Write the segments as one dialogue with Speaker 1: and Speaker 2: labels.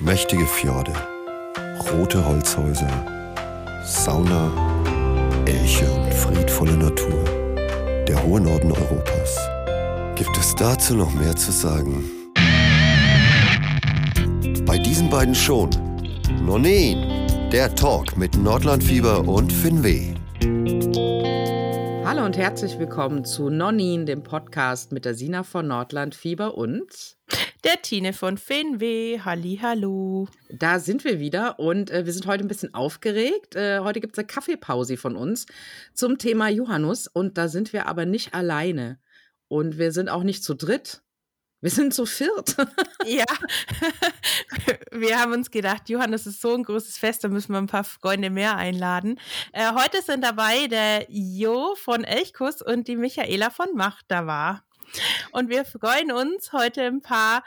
Speaker 1: Mächtige Fjorde, rote Holzhäuser, Sauna, Elche und friedvolle Natur. Der hohe Norden Europas. Gibt es dazu noch mehr zu sagen? Bei diesen beiden schon. Noneen, der Talk mit Nordlandfieber und Finweh.
Speaker 2: Hallo und herzlich willkommen zu Nonnin, dem Podcast mit der Sina von Nordlandfieber und
Speaker 3: der Tine von Finweh. Hallihallo.
Speaker 2: Da sind wir wieder und wir sind heute ein bisschen aufgeregt. Heute gibt es eine Kaffeepause von uns zum Thema Johannus und da sind wir aber nicht alleine. Und wir sind auch nicht zu dritt. Wir sind zu viert.
Speaker 3: Ja, wir haben uns gedacht, Johannus ist so ein großes Fest, da müssen wir ein paar Freunde mehr einladen. Heute sind dabei der Jo von Elchkuss und die Michaela von Machtava. Und wir freuen uns, heute ein paar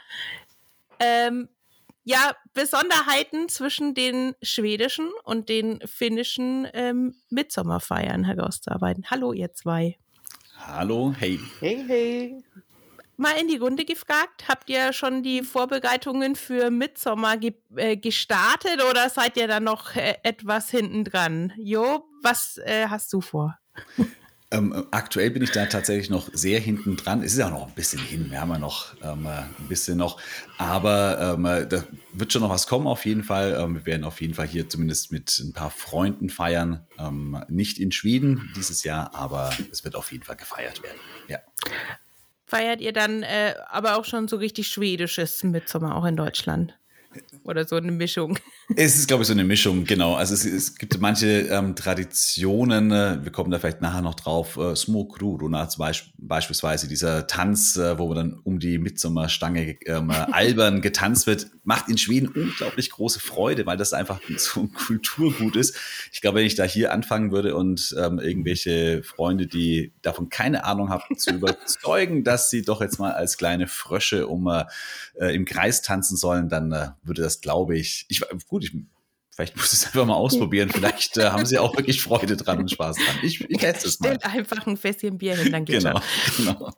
Speaker 3: Besonderheiten zwischen den schwedischen und den finnischen Mitsommerfeiern herauszuarbeiten. Hallo, ihr zwei.
Speaker 4: Hallo, hey.
Speaker 2: Hey, hey.
Speaker 3: Mal in die Runde gefragt, habt ihr schon die Vorbereitungen für Mitsommer gestartet oder seid ihr da noch etwas hinten dran? Jo, was hast du vor?
Speaker 4: Aktuell bin ich da tatsächlich noch sehr hinten dran. Es ist ja noch ein bisschen hin, wir haben ja noch ein bisschen noch, aber da wird schon noch was kommen auf jeden Fall. Wir werden auf jeden Fall hier zumindest mit ein paar Freunden feiern, nicht in Schweden dieses Jahr, aber es wird auf jeden Fall gefeiert werden, ja.
Speaker 3: Feiert ihr dann aber auch schon so richtig schwedisches Mitsommer auch in Deutschland? Oder so eine Mischung?
Speaker 4: Es ist, glaube ich, so eine Mischung, genau. Also es gibt manche Traditionen, wir kommen da vielleicht nachher noch drauf, Smokruruna beispielsweise, dieser Tanz, wo dann um die Mitsommerstange albern getanzt wird, macht in Schweden unglaublich große Freude, weil das einfach so ein Kulturgut ist. Ich glaube, wenn ich da hier anfangen würde und irgendwelche Freunde, die davon keine Ahnung haben, zu überzeugen, dass sie doch jetzt mal als kleine Frösche im Kreis tanzen sollen, dann würde das, glaube ich, vielleicht muss ich es einfach mal ausprobieren. Vielleicht haben sie auch wirklich Freude dran und Spaß dran. Ich teste es mal.
Speaker 3: Stell einfach ein Fässchen Bier hin, dann geht's
Speaker 4: genau.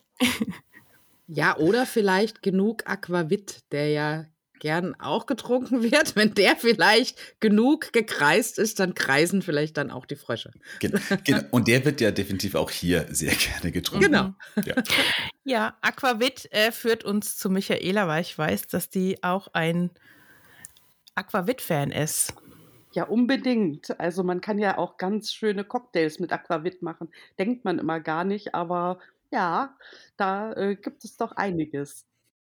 Speaker 2: Ja, oder vielleicht genug Aquavit, der ja gern auch getrunken wird. Wenn der vielleicht genug gekreist ist, dann kreisen vielleicht dann auch die Frösche.
Speaker 4: Genau. Und der wird ja definitiv auch hier sehr gerne getrunken.
Speaker 2: Genau.
Speaker 3: Ja, Aquavit führt uns zu Michaela, weil ich weiß, dass die auch ein Aquavit-Fan ist.
Speaker 5: Ja, unbedingt. Also man kann ja auch ganz schöne Cocktails mit Aquavit machen. Denkt man immer gar nicht, aber ja, da gibt es doch einiges.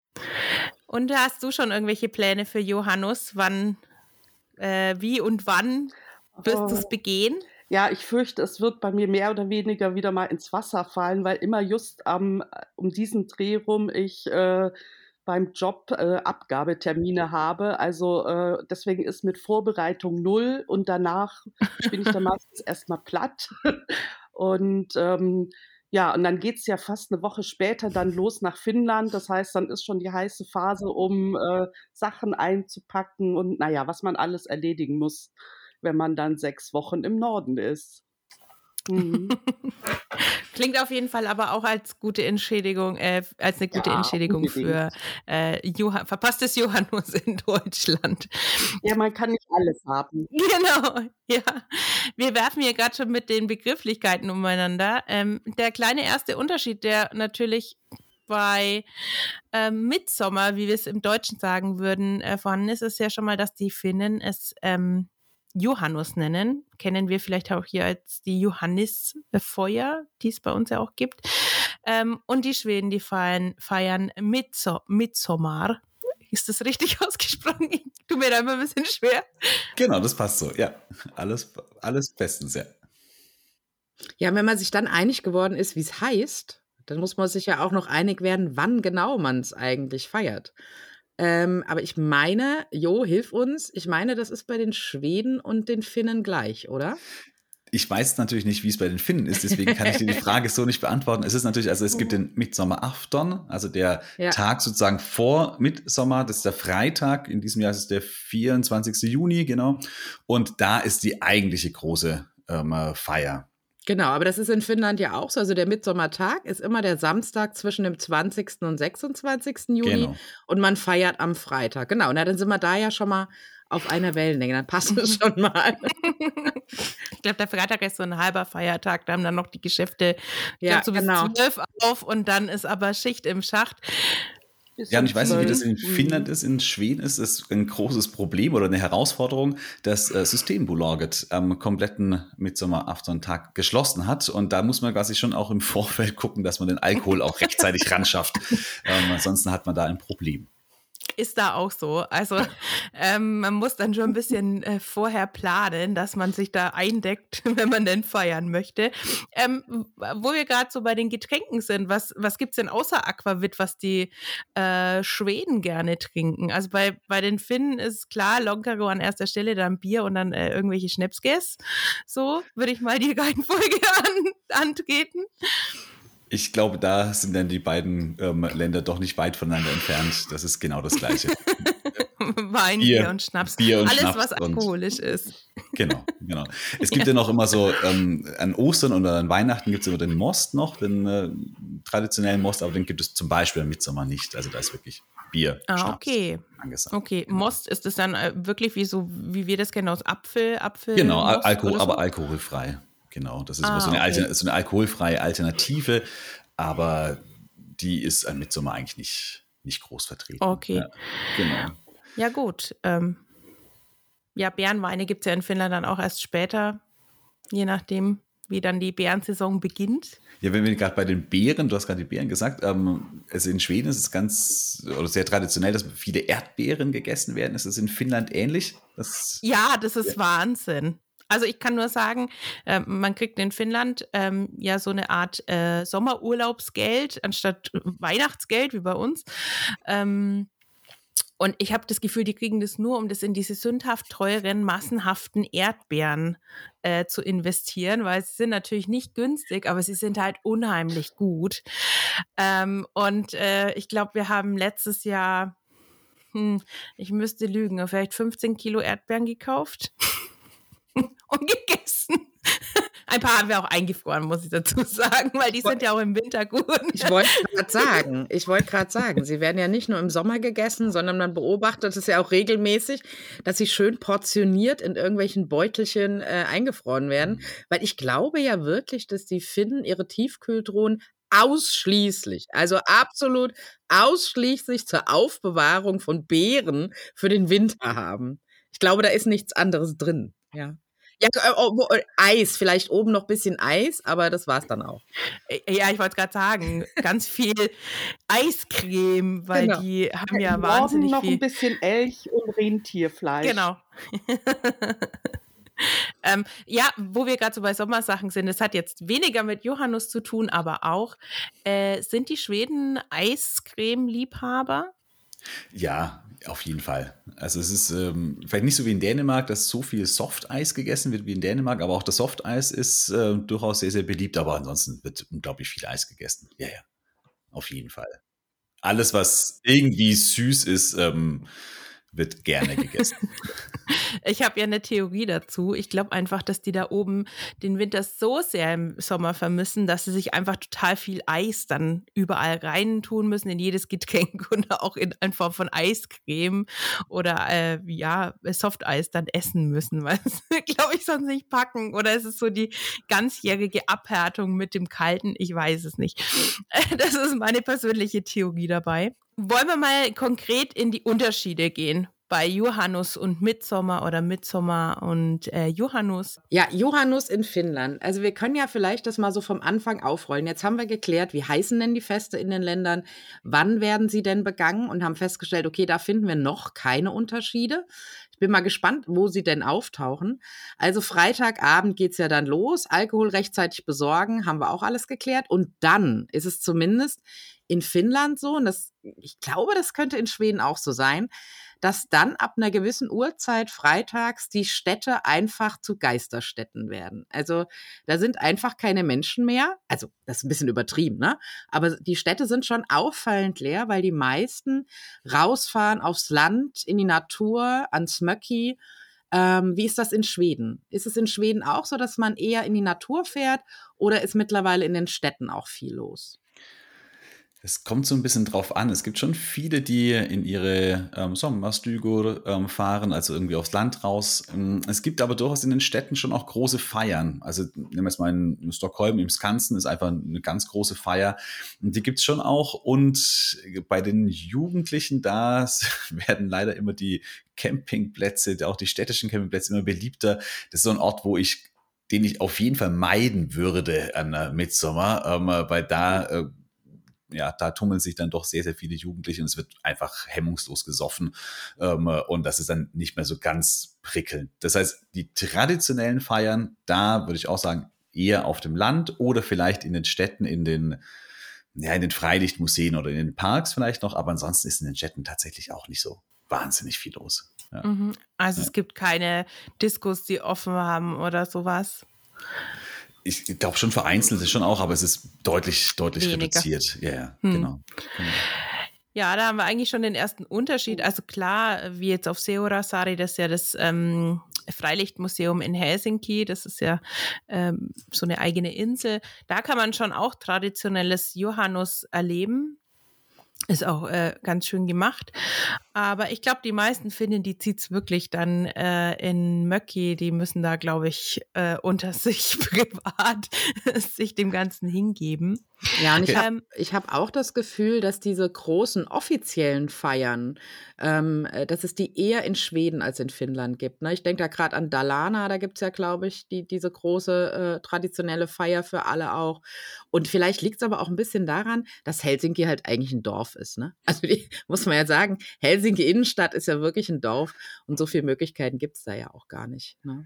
Speaker 3: Und hast du schon irgendwelche Pläne für Johannus? Wann, wie und wann wirst du es begehen?
Speaker 5: Ja, ich fürchte, es wird bei mir mehr oder weniger wieder mal ins Wasser fallen, weil immer just um diesen Dreh rum ich beim Job Abgabetermine habe. Also deswegen ist mit Vorbereitung 0 und danach bin ich dann meistens erstmal platt. Und und dann geht es ja fast eine Woche später dann los nach Finnland. Das heißt, dann ist schon die heiße Phase, um Sachen einzupacken und naja, was man alles erledigen muss, wenn man dann 6 Wochen im Norden ist. Mhm.
Speaker 3: Klingt auf jeden Fall aber auch als gute Entschädigung, als eine gute Entschädigung
Speaker 5: unbedingt.
Speaker 3: für verpasstes Johannus in Deutschland.
Speaker 5: Ja, man kann nicht alles haben.
Speaker 3: Genau, ja. Wir werfen hier gerade schon mit den Begrifflichkeiten umeinander. Der kleine erste Unterschied, der natürlich bei Mitsommer, wie wir es im Deutschen sagen würden, vorhanden ist, ist ja schon mal, dass die Finnen es Johannus nennen. Kennen wir vielleicht auch hier als die Johannisfeuer, die es bei uns ja auch gibt. Und die Schweden, die feiern Midsommar. Ist das richtig ausgesprochen? Tut mir da immer ein bisschen schwer.
Speaker 4: Genau, das passt so. Ja, alles bestens, ja.
Speaker 2: Ja, wenn man sich dann einig geworden ist, wie es heißt, dann muss man sich ja auch noch einig werden, wann genau man es eigentlich feiert. Aber ich meine, Jo, hilf uns, ich meine, das ist bei den Schweden und den Finnen gleich, oder?
Speaker 4: Ich weiß natürlich nicht, wie es bei den Finnen ist, deswegen kann ich dir die Frage so nicht beantworten. Es ist natürlich, also es gibt den Midsommarafton, also der Tag sozusagen vor Midsommer, das ist der Freitag, in diesem Jahr ist es der 24. Juni, genau. Und da ist die eigentliche große Feier.
Speaker 2: Genau, aber das ist in Finnland ja auch so. Also der Mitsommertag ist immer der Samstag zwischen dem 20. und 26. Juni
Speaker 4: Genau.
Speaker 2: und man feiert am Freitag. Genau, na, dann sind wir da ja schon mal auf einer Wellenlänge. Dann passt es schon mal.
Speaker 3: Ich glaube, der Freitag ist so ein halber Feiertag. Da haben dann noch die Geschäfte, ich
Speaker 2: Ja,
Speaker 3: glaube, so bis
Speaker 2: genau.
Speaker 3: 12 auf und dann ist aber Schicht im Schacht.
Speaker 5: Bis
Speaker 4: Ja, und
Speaker 5: um
Speaker 4: ich weiß nicht, wie das
Speaker 5: 12.
Speaker 4: in Finnland ist. In Schweden ist es ein großes Problem oder eine Herausforderung, dass Systembolaget am kompletten Mitsommeraftontag geschlossen hat. Und da muss man quasi schon auch im Vorfeld gucken, dass man den Alkohol auch rechtzeitig ran schafft. Ansonsten hat man da ein Problem.
Speaker 3: Ist da auch so. Also man muss dann schon ein bisschen vorher planen, dass man sich da eindeckt, wenn man denn feiern möchte. Wo wir gerade so bei den Getränken sind, was gibt es denn außer Aquavit, was die Schweden gerne trinken? Also bei den Finnen ist klar, Lonkero an erster Stelle, dann Bier und dann irgendwelche Schnäpsges. So würde ich mal die Reihenfolge antreten.
Speaker 4: Ich glaube, da sind dann die beiden Länder doch nicht weit voneinander entfernt. Das ist genau das Gleiche.
Speaker 3: Wein, Bier und Schnaps.
Speaker 4: Bier und
Speaker 3: Alles,
Speaker 4: Schnaps
Speaker 3: was alkoholisch ist.
Speaker 4: Genau. Es gibt ja noch immer so, an Ostern oder an Weihnachten gibt es immer den Most noch, den traditionellen Most, aber den gibt es zum Beispiel im Mitsommer nicht. Also da ist wirklich Bier, Schnaps
Speaker 3: Okay.
Speaker 4: angesagt.
Speaker 3: Okay, Most, ist es dann wirklich wie wir das kennen aus Apfel?
Speaker 4: Genau,
Speaker 3: Most
Speaker 4: Alkohol,
Speaker 3: oder so?
Speaker 4: aber alkoholfrei. Genau, das ist immer so eine,
Speaker 3: okay.
Speaker 4: so eine alkoholfreie Alternative, aber die ist im Mitsommer eigentlich nicht groß vertreten.
Speaker 3: Okay.
Speaker 4: Ja, genau.
Speaker 3: Ja, gut. Ja, Beerenweine gibt es ja in Finnland dann auch erst später, je nachdem, wie dann die Beerensaison beginnt.
Speaker 4: Ja, wenn wir gerade bei den Beeren, du hast gerade die Beeren gesagt, also in Schweden ist es ganz oder sehr traditionell, dass viele Erdbeeren gegessen werden. Ist das in Finnland ähnlich? Das
Speaker 3: ist Wahnsinn. Also ich kann nur sagen, man kriegt in Finnland ja so eine Art Sommerurlaubsgeld anstatt Weihnachtsgeld wie bei uns. Und ich habe das Gefühl, die kriegen das nur, um das in diese sündhaft teuren, massenhaften Erdbeeren zu investieren, weil sie sind natürlich nicht günstig, aber sie sind halt unheimlich gut. Und ich glaube, wir haben letztes Jahr, ich müsste lügen, vielleicht 15 Kilo Erdbeeren gekauft und gegessen. Ein paar haben wir auch eingefroren, muss ich dazu sagen, weil die sind ja auch im Winter gut.
Speaker 2: Ich wollte gerade sagen, sie werden ja nicht nur im Sommer gegessen, sondern man beobachtet es ja auch regelmäßig, dass sie schön portioniert in irgendwelchen Beutelchen eingefroren werden. Weil ich glaube ja wirklich, dass die Finnen ihre Tiefkühltruhen also absolut ausschließlich zur Aufbewahrung von Beeren für den Winter haben. Ich glaube, da ist nichts anderes drin, ja. Ja, Eis, vielleicht oben noch ein bisschen Eis, aber das war's dann auch.
Speaker 3: Ja, ich wollte gerade sagen, ganz viel Eiscreme, weil
Speaker 2: Genau.
Speaker 3: die haben ja
Speaker 5: Im Norden
Speaker 3: wahnsinnig
Speaker 5: noch
Speaker 3: viel.
Speaker 5: ein bisschen Elch und Rentierfleisch.
Speaker 3: Genau. Ja, wo wir gerade so bei Sommersachen sind, das hat jetzt weniger mit Johannes zu tun, aber auch, sind die Schweden Eiscreme-Liebhaber?
Speaker 4: Ja, auf jeden Fall. Also es ist vielleicht nicht so wie in Dänemark, dass so viel Softeis gegessen wird wie in Dänemark, aber auch das Softeis ist durchaus sehr, sehr beliebt, aber ansonsten wird unglaublich viel Eis gegessen. Ja, auf jeden Fall. Alles, was irgendwie süß ist, wird gerne gegessen.
Speaker 3: Ich habe ja eine Theorie dazu. Ich glaube einfach, dass die da oben den Winter so sehr im Sommer vermissen, dass sie sich einfach total viel Eis dann überall rein tun müssen, in jedes Getränk und auch in Form von Eiscreme oder Softeis dann essen müssen, weil es, glaube ich, sonst nicht packen. Oder ist es so die ganzjährige Abhärtung mit dem Kalten? Ich weiß es nicht. Das ist meine persönliche Theorie dabei. Wollen wir mal konkret in die Unterschiede gehen bei Johannes und Mitsommer oder Mitsommer und Johannes?
Speaker 2: Ja, Johannes in Finnland. Also wir können ja vielleicht das mal so vom Anfang aufrollen. Jetzt haben wir geklärt, wie heißen denn die Feste in den Ländern, wann werden sie denn begangen und haben festgestellt, okay, da finden wir noch keine Unterschiede. Ich bin mal gespannt, wo sie denn auftauchen. Also Freitagabend geht's ja dann los, Alkohol rechtzeitig besorgen, haben wir auch alles geklärt. Und dann ist es zumindest in Finnland so, und ich glaube, das könnte in Schweden auch so sein, dass dann ab einer gewissen Uhrzeit freitags die Städte einfach zu Geisterstädten werden. Also da sind einfach keine Menschen mehr. Also das ist ein bisschen übertrieben, ne? Aber die Städte sind schon auffallend leer, weil die meisten rausfahren aufs Land, in die Natur, ans Möcki, Wie ist das in Schweden? Ist es in Schweden auch so, dass man eher in die Natur fährt oder ist mittlerweile in den Städten auch viel los?
Speaker 4: Es kommt so ein bisschen drauf an. Es gibt schon viele, die in ihre Sommarstugor fahren, also irgendwie aufs Land raus. Es gibt aber durchaus in den Städten schon auch große Feiern. Also nehmen wir jetzt mal in Stockholm, im Skansen ist einfach eine ganz große Feier. Und die gibt's schon auch. Und bei den Jugendlichen, da werden leider immer die Campingplätze, auch die städtischen Campingplätze immer beliebter. Das ist so ein Ort, den ich auf jeden Fall meiden würde an Midsommar, weil da tummeln sich dann doch sehr, sehr viele Jugendliche und es wird einfach hemmungslos gesoffen und das ist dann nicht mehr so ganz prickelnd. Das heißt, die traditionellen Feiern, da würde ich auch sagen, eher auf dem Land oder vielleicht in den Städten, in den Freilichtmuseen oder in den Parks vielleicht noch, aber ansonsten ist in den Städten tatsächlich auch nicht so wahnsinnig viel los. Ja.
Speaker 3: Also es gibt keine Diskos, die offen haben oder sowas.
Speaker 4: Ich glaube schon vereinzelt ist schon auch, aber es ist deutlich
Speaker 3: Weniger.
Speaker 4: Reduziert. Ja, genau.
Speaker 3: Ja, da haben wir eigentlich schon den ersten Unterschied. Also klar, wie jetzt auf Seurasaari, das ist ja das Freilichtmuseum in Helsinki, das ist ja so eine eigene Insel. Da kann man schon auch traditionelles Juhannus erleben. Ist auch ganz schön gemacht. Aber ich glaube, die meisten finden, die zieht's wirklich dann in Möcki. Die müssen da, glaube ich, unter sich privat sich dem Ganzen hingeben.
Speaker 2: Ja, und ich hab auch das Gefühl, dass diese großen offiziellen Feiern, dass es die eher in Schweden als in Finnland gibt. Ne? Ich denke da gerade an Dalarna, da gibt's ja, glaube ich, diese große traditionelle Feier für alle auch. Und vielleicht liegt es aber auch ein bisschen daran, dass Helsinki halt eigentlich ein Dorf ist. Ne? Also muss man ja sagen, Helsinki Innenstadt ist ja wirklich ein Dorf und so viele Möglichkeiten gibt's da ja auch gar nicht. Ne?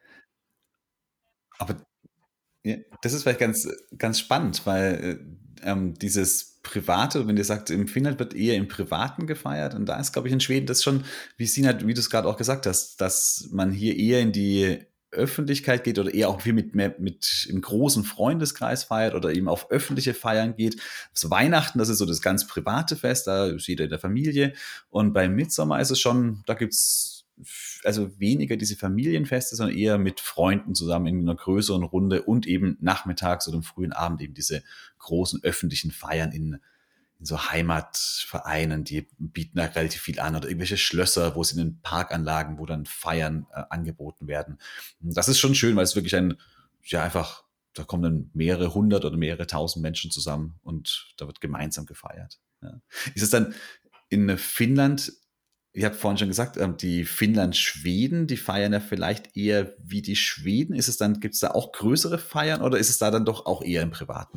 Speaker 4: Aber ja, das ist vielleicht ganz, ganz spannend, weil dieses Private, wenn ihr sagt, im Finnland wird eher im Privaten gefeiert und da ist, glaube ich, in Schweden das schon, wie du es gerade auch gesagt hast, dass man hier eher in die Öffentlichkeit geht oder eher auch viel mit im großen Freundeskreis feiert oder eben auf öffentliche Feiern geht. Das Weihnachten, das ist so das ganz private Fest, da ist jeder in der Familie. Und beim Midsommar ist es schon, da gibt's also weniger diese Familienfeste, sondern eher mit Freunden zusammen in einer größeren Runde und eben nachmittags oder am frühen Abend eben diese großen öffentlichen Feiern in so Heimatvereinen, die bieten da relativ viel an oder irgendwelche Schlösser, wo es in den Parkanlagen, wo dann Feiern angeboten werden. Das ist schon schön, weil es wirklich da kommen dann mehrere hundert oder mehrere tausend Menschen zusammen und da wird gemeinsam gefeiert. Ja. Ist es dann in Finnland, ich habe vorhin schon gesagt, die Finnland-Schweden, die feiern ja vielleicht eher wie die Schweden. Gibt es da auch größere Feiern oder ist es da dann doch auch eher im Privaten?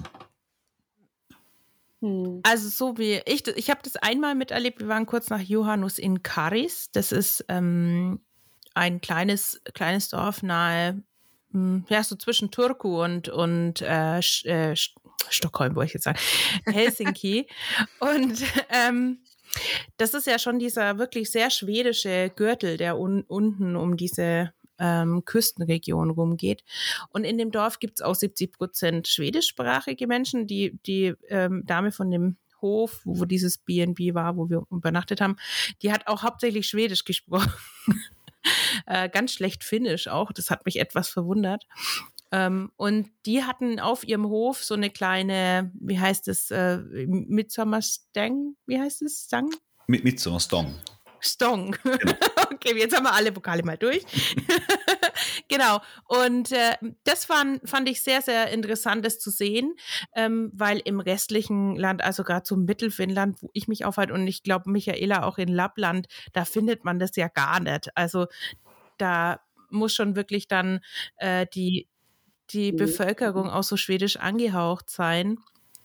Speaker 3: Also so wie ich habe das einmal miterlebt, wir waren kurz nach Juhannus in Karis. Das ist ein kleines Dorf nahe, so zwischen Turku und Stockholm, wollte ich jetzt sagen, Helsinki. Und das ist ja schon dieser wirklich sehr schwedische Gürtel, der unten um diese Küstenregion rumgeht. Und in dem Dorf gibt es auch 70% schwedischsprachige Menschen. Die Dame von dem Hof, wo dieses B&B war, wo wir übernachtet haben, die hat auch hauptsächlich Schwedisch gesprochen. Ganz schlecht Finnisch auch. Das hat mich etwas verwundert. Und die hatten auf ihrem Hof so eine kleine, wie heißt es, Midsommarstang? Wie heißt es? Stang?
Speaker 4: Midsommarstong.
Speaker 3: Stong. Genau. Okay, jetzt haben wir alle Vokale mal durch. Genau. Und das fand ich sehr, sehr interessant, das zu sehen, weil im restlichen Land, also gerade so Mittelfinnland, wo ich mich aufhalte und ich glaube, Michaela auch in Lappland, da findet man das ja gar nicht. Also da muss schon wirklich dann die Bevölkerung auch so schwedisch angehaucht sein.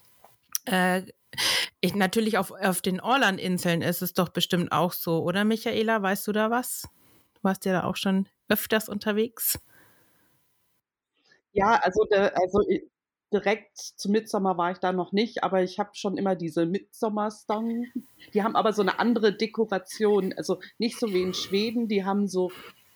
Speaker 3: Natürlich auf den Ålandinseln ist es doch bestimmt auch so, oder Michaela? Weißt du da was? Du warst ja da auch schon öfters unterwegs.
Speaker 5: Ja, direkt zu Midsommar war ich da noch nicht, aber ich habe schon immer diese Midsommarstang. Die haben aber so eine andere Dekoration, also nicht so wie in Schweden, die haben so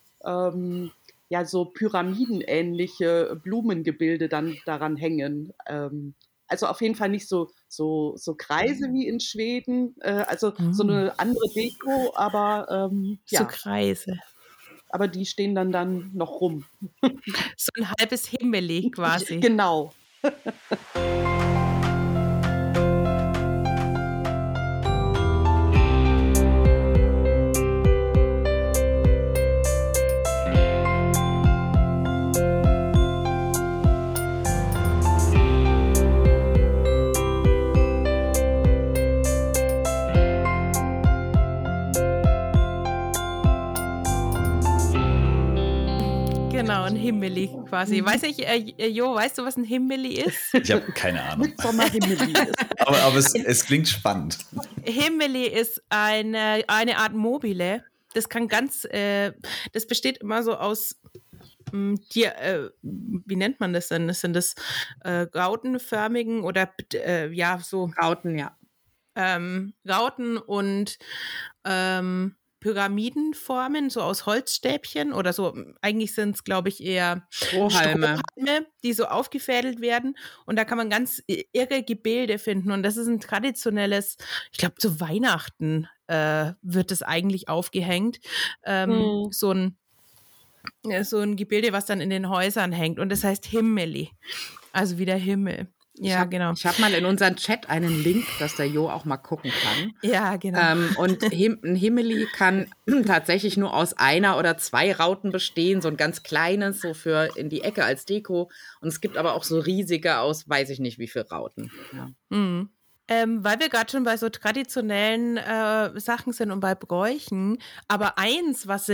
Speaker 5: so pyramidenähnliche Blumengebilde dann daran hängen. Also auf jeden Fall nicht so Kreise wie in Schweden, so eine andere Deko, aber
Speaker 3: So Kreise.
Speaker 5: aber die stehen dann noch rum.
Speaker 3: So ein halbes Himmeli quasi.
Speaker 5: Genau.
Speaker 3: Genau, ein Himmeli quasi. Weiß nicht, Jo, weißt du, was ein Himmeli ist?
Speaker 4: Ich habe keine Ahnung.
Speaker 5: Midsommer-Himmeli ist.
Speaker 4: Aber es klingt spannend.
Speaker 3: Himmeli ist eine Art Mobile. Das kann das besteht immer so aus wie nennt man das denn? Sind das rautenförmigen oder so
Speaker 2: Rauten, ja.
Speaker 3: Rauten und Pyramidenformen, so aus Holzstäbchen oder so. Eigentlich sind es, glaube ich, eher
Speaker 2: Strohhalme,
Speaker 3: die so aufgefädelt werden. Und da kann man ganz irre Gebilde finden. Und das ist ein traditionelles, ich glaube, zu Weihnachten wird es eigentlich aufgehängt. So ein Gebilde, was dann in den Häusern hängt. Und das heißt Himmeli. Also wie der Himmel. Ja, genau.
Speaker 2: Ich habe mal in unseren Chat einen Link, dass der Jo auch mal gucken kann.
Speaker 3: Ja, genau.
Speaker 2: Und ein Himmeli kann tatsächlich nur aus einer oder zwei Rauten bestehen, so ein ganz kleines, so für in die Ecke als Deko. Und es gibt aber auch so riesige aus, weiß ich nicht wie viele Rauten. Ja.
Speaker 3: Mhm. Weil wir gerade schon bei so traditionellen Sachen sind und bei Bräuchen, aber eins, was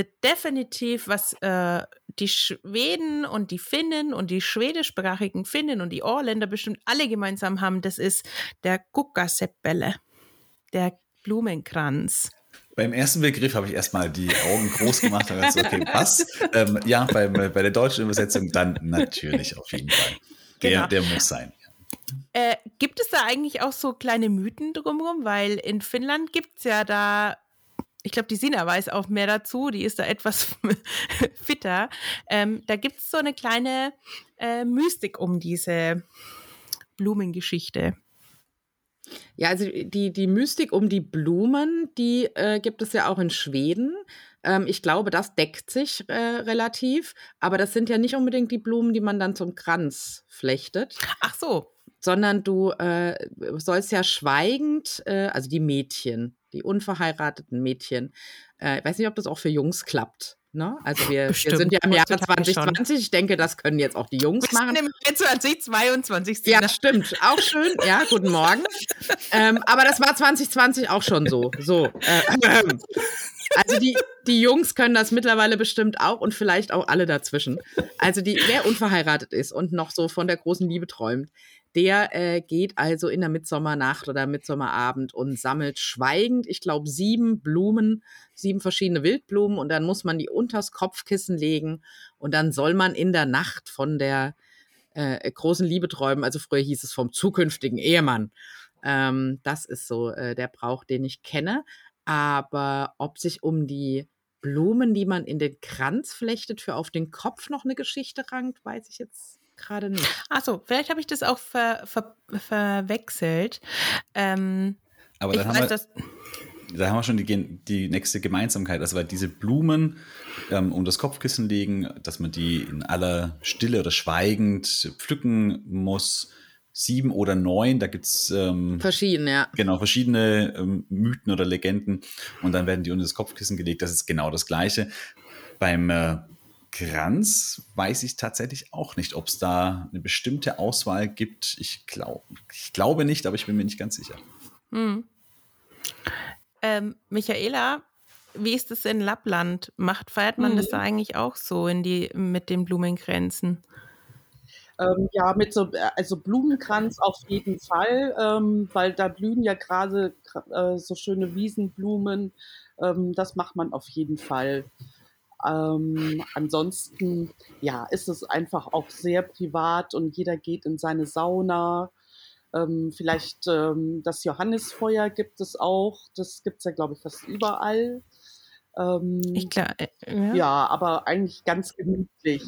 Speaker 3: die Schweden und die Finnen und die schwedischsprachigen Finnen und die Åländer bestimmt alle gemeinsam haben, das ist der Kukkaseppele, der Blumenkranz.
Speaker 4: Beim ersten Begriff habe ich erstmal die Augen groß gemacht und gesagt, okay, was? Ja, bei der deutschen Übersetzung dann natürlich auf jeden Fall. Der muss sein.
Speaker 3: Gibt es da eigentlich auch so kleine Mythen drumherum? Weil in Finnland gibt es ja da, ich glaube, die Sina weiß auch mehr dazu, die ist da etwas fitter. Da gibt es so eine kleine Mystik um diese Blumengeschichte.
Speaker 2: Ja, also die Mystik um die Blumen, die gibt es ja auch in Schweden. Ich glaube, das deckt sich relativ, aber das sind ja nicht unbedingt die Blumen, die man dann zum Kranz flechtet.
Speaker 3: Ach so.
Speaker 2: Sondern du sollst ja schweigend, also die Mädchen, die unverheirateten Mädchen, ich weiß nicht, ob das auch für Jungs klappt. Ne? Also wir sind ja im Jahre 2020, ich denke, das können jetzt auch die Jungs machen.
Speaker 3: Im 2022.
Speaker 2: Ja, stimmt, auch schön, ja, guten Morgen. Aber das war 2020 auch schon so. Also die Jungs können das mittlerweile bestimmt auch und vielleicht auch alle dazwischen. Also wer unverheiratet ist und noch so von der großen Liebe träumt, der geht also in der Mitsommernacht oder Mitsommerabend und sammelt schweigend, ich glaube, 7 verschiedene Wildblumen und dann muss man die unters Kopfkissen legen und dann soll man in der Nacht von der großen Liebe träumen. Also früher hieß es vom zukünftigen Ehemann. Das ist so der Brauch, den ich kenne. Aber ob sich um die Blumen, die man in den Kranz flechtet, für auf den Kopf noch eine Geschichte rankt, weiß ich jetzt gerade nicht.
Speaker 3: Achso, vielleicht habe ich das auch verwechselt.
Speaker 4: Aber da haben wir schon die nächste Gemeinsamkeit. Also weil diese Blumen um das Kopfkissen legen, dass man die in aller Stille oder schweigend pflücken muss. 7 oder 9, da gibt es
Speaker 2: verschiedene, ja.
Speaker 4: Genau, verschiedene Mythen oder Legenden und dann werden die unter das Kopfkissen gelegt. Das ist genau das Gleiche. Beim Kranz weiß ich tatsächlich auch nicht, ob es da eine bestimmte Auswahl gibt. Ich glaube nicht, aber ich bin mir nicht ganz sicher.
Speaker 3: Michaela, wie ist es in Lappland? Feiert man das da eigentlich auch so mit den Blumenkränzen?
Speaker 5: Ja, also Blumenkranz auf jeden Fall, weil da blühen ja gerade so schöne Wiesenblumen. Das macht man auf jeden Fall. Ansonsten, ja, ist es einfach auch sehr privat und jeder geht in seine Sauna. Vielleicht das Johannisfeuer gibt es auch. Das gibt es ja, glaube ich, fast überall. Ja, aber eigentlich ganz gemütlich.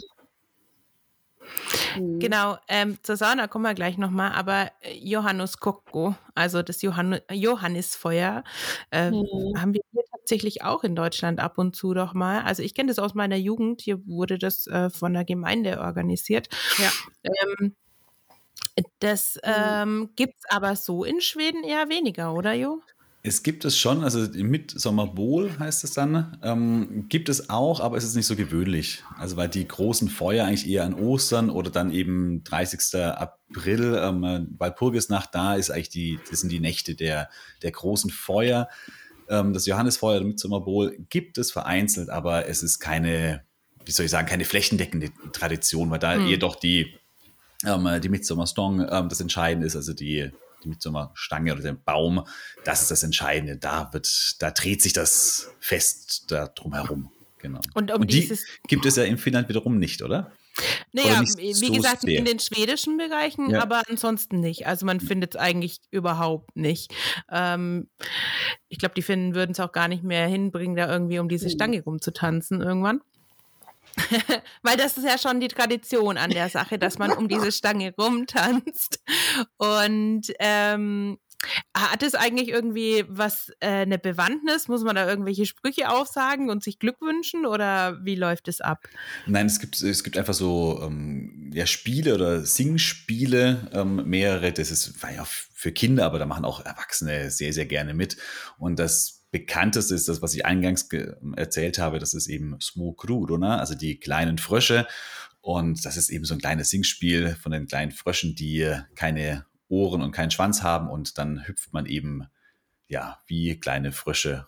Speaker 3: Genau, zur Sauna kommen wir gleich nochmal, aber Johannuskokko, also das Johannisfeuer, haben wir hier tatsächlich auch in Deutschland ab und zu doch mal. Also ich kenne das aus meiner Jugend. Hier wurde das von der Gemeinde organisiert.
Speaker 2: Ja.
Speaker 3: Das gibt es aber so in Schweden eher weniger, oder Jo?
Speaker 4: Es gibt es schon, also im Mitsommerbol heißt es dann, gibt es auch, aber es ist nicht so gewöhnlich. Also weil die großen Feuer eigentlich eher an Ostern oder dann eben 30. April, Walpurgisnacht, da ist eigentlich das sind die Nächte der großen Feuer. Das Johannisfeuer, der Mitsommerbol gibt es vereinzelt, aber es ist keine, wie soll ich sagen, keine flächendeckende Tradition, weil da eher doch die Mitsommerstong das Entscheidende ist, also die Mitsommerstange oder der Baum, das ist das Entscheidende. Da dreht sich das Fest da drumherum. Genau.
Speaker 3: Und
Speaker 4: die gibt es ja in Finnland wiederum nicht, oder?
Speaker 3: Naja,
Speaker 4: oder
Speaker 3: wie
Speaker 4: so
Speaker 3: gesagt,
Speaker 4: sehr?
Speaker 3: in den schwedischen Bereichen,
Speaker 4: Ja.
Speaker 3: aber ansonsten nicht. Also man findet es eigentlich überhaupt nicht. Ich glaube, die Finnen würden es auch gar nicht mehr hinbringen, da irgendwie um diese Stange rumzutanzen irgendwann. Weil das ist ja schon die Tradition an der Sache, dass man um diese Stange rumtanzt. Und hat es eigentlich irgendwie eine Bewandtnis? Muss man da irgendwelche Sprüche aufsagen und sich Glück wünschen oder wie läuft es ab?
Speaker 4: Nein, es gibt einfach so Spiele oder Singspiele, mehrere. War ja für Kinder, aber da machen auch Erwachsene sehr, sehr gerne mit. Und das Bekannteste ist das, was ich eingangs erzählt habe, das ist eben Små Krurorna, also die kleinen Frösche. Und das ist eben so ein kleines Singspiel von den kleinen Fröschen, die keine Ohren und keinen Schwanz haben. Und dann hüpft man eben, ja, wie kleine Frösche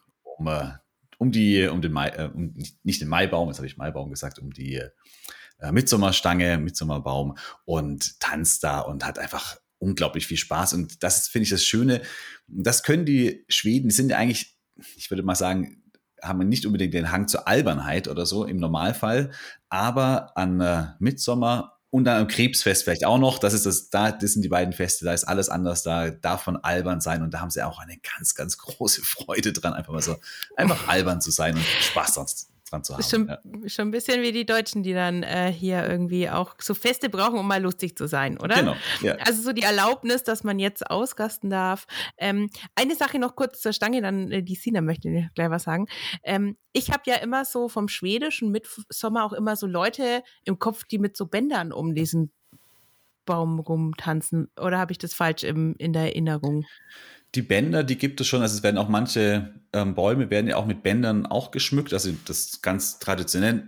Speaker 4: nicht den Maibaum, jetzt habe ich Maibaum gesagt, um die Mitsommerstange, Mitsommerbaum und tanzt da und hat einfach unglaublich viel Spaß. Und das finde ich das Schöne. Das können die Schweden, die sind ja eigentlich, ich würde mal sagen, haben nicht unbedingt den Hang zur Albernheit oder so im Normalfall, aber an Mittsommer und dann am Krebsfest vielleicht auch noch, das sind die beiden Feste, da ist alles anders, da darf man albern sein und da haben sie auch eine ganz, ganz große Freude dran, einfach albern zu sein und Spaß dran zu haben.
Speaker 3: Schon ein bisschen wie die Deutschen, die dann hier irgendwie auch so Feste brauchen, um mal lustig zu sein, oder?
Speaker 4: Genau, ja.
Speaker 3: Also so die Erlaubnis, dass man jetzt ausgasten darf. Eine Sache noch kurz zur Stange, dann die Sina möchte gleich was sagen. Ich habe ja immer so vom schwedischen Mitsommer auch immer so Leute im Kopf, die mit so Bändern um diesen Baum rumtanzen. Oder habe ich das falsch in der Erinnerung?
Speaker 4: Die Bänder, die gibt es schon. Also es werden auch manche Bäume werden ja auch mit Bändern auch geschmückt. Also das ganz Traditionelle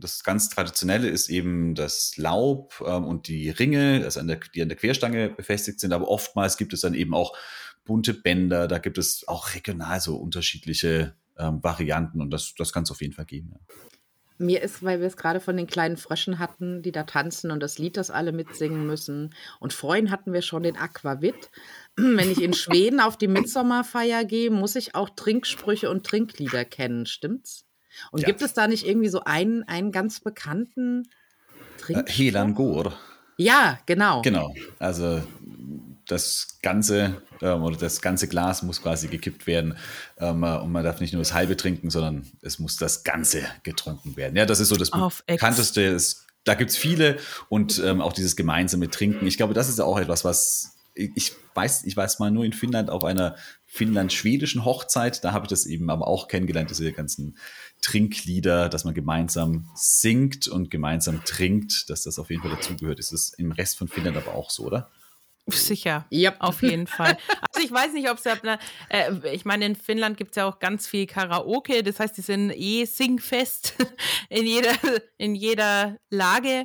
Speaker 4: ist eben das Laub und die Ringe, also die an der Querstange befestigt sind. Aber oftmals gibt es dann eben auch bunte Bänder. Da gibt es auch regional so unterschiedliche Varianten und das kann es auf jeden Fall geben. Ja.
Speaker 2: Mir ist, weil wir es gerade von den kleinen Fröschen hatten, die da tanzen und das Lied, das alle mitsingen müssen. Und vorhin hatten wir schon den Aquavit. Wenn ich in Schweden auf die Mitsommerfeier gehe, muss ich auch Trinksprüche und Trinklieder kennen, stimmt's? Und
Speaker 4: Ja.
Speaker 2: gibt es da nicht irgendwie so einen ganz bekannten Trinkspruch?
Speaker 4: Helan Gor.
Speaker 2: Ja, genau.
Speaker 4: Genau. Also das ganze Glas muss quasi gekippt werden und man darf nicht nur das halbe trinken, sondern es muss das Ganze getrunken werden. Ja, das ist so das Bekannteste. Da gibt es viele und auch dieses gemeinsame Trinken. Ich glaube, das ist auch etwas, was ich weiß mal nur in Finnland auf einer finnland-schwedischen Hochzeit, da habe ich das eben aber auch kennengelernt, diese ganzen Trinklieder, dass man gemeinsam singt und gemeinsam trinkt, dass das auf jeden Fall dazugehört. Ist es im Rest von Finnland aber auch so, oder?
Speaker 3: Sicher,
Speaker 2: Yep.
Speaker 3: auf jeden Fall. Also ich weiß nicht, ob es ich meine, in Finnland gibt es ja auch ganz viel Karaoke, das heißt, die sind singfest in jeder Lage.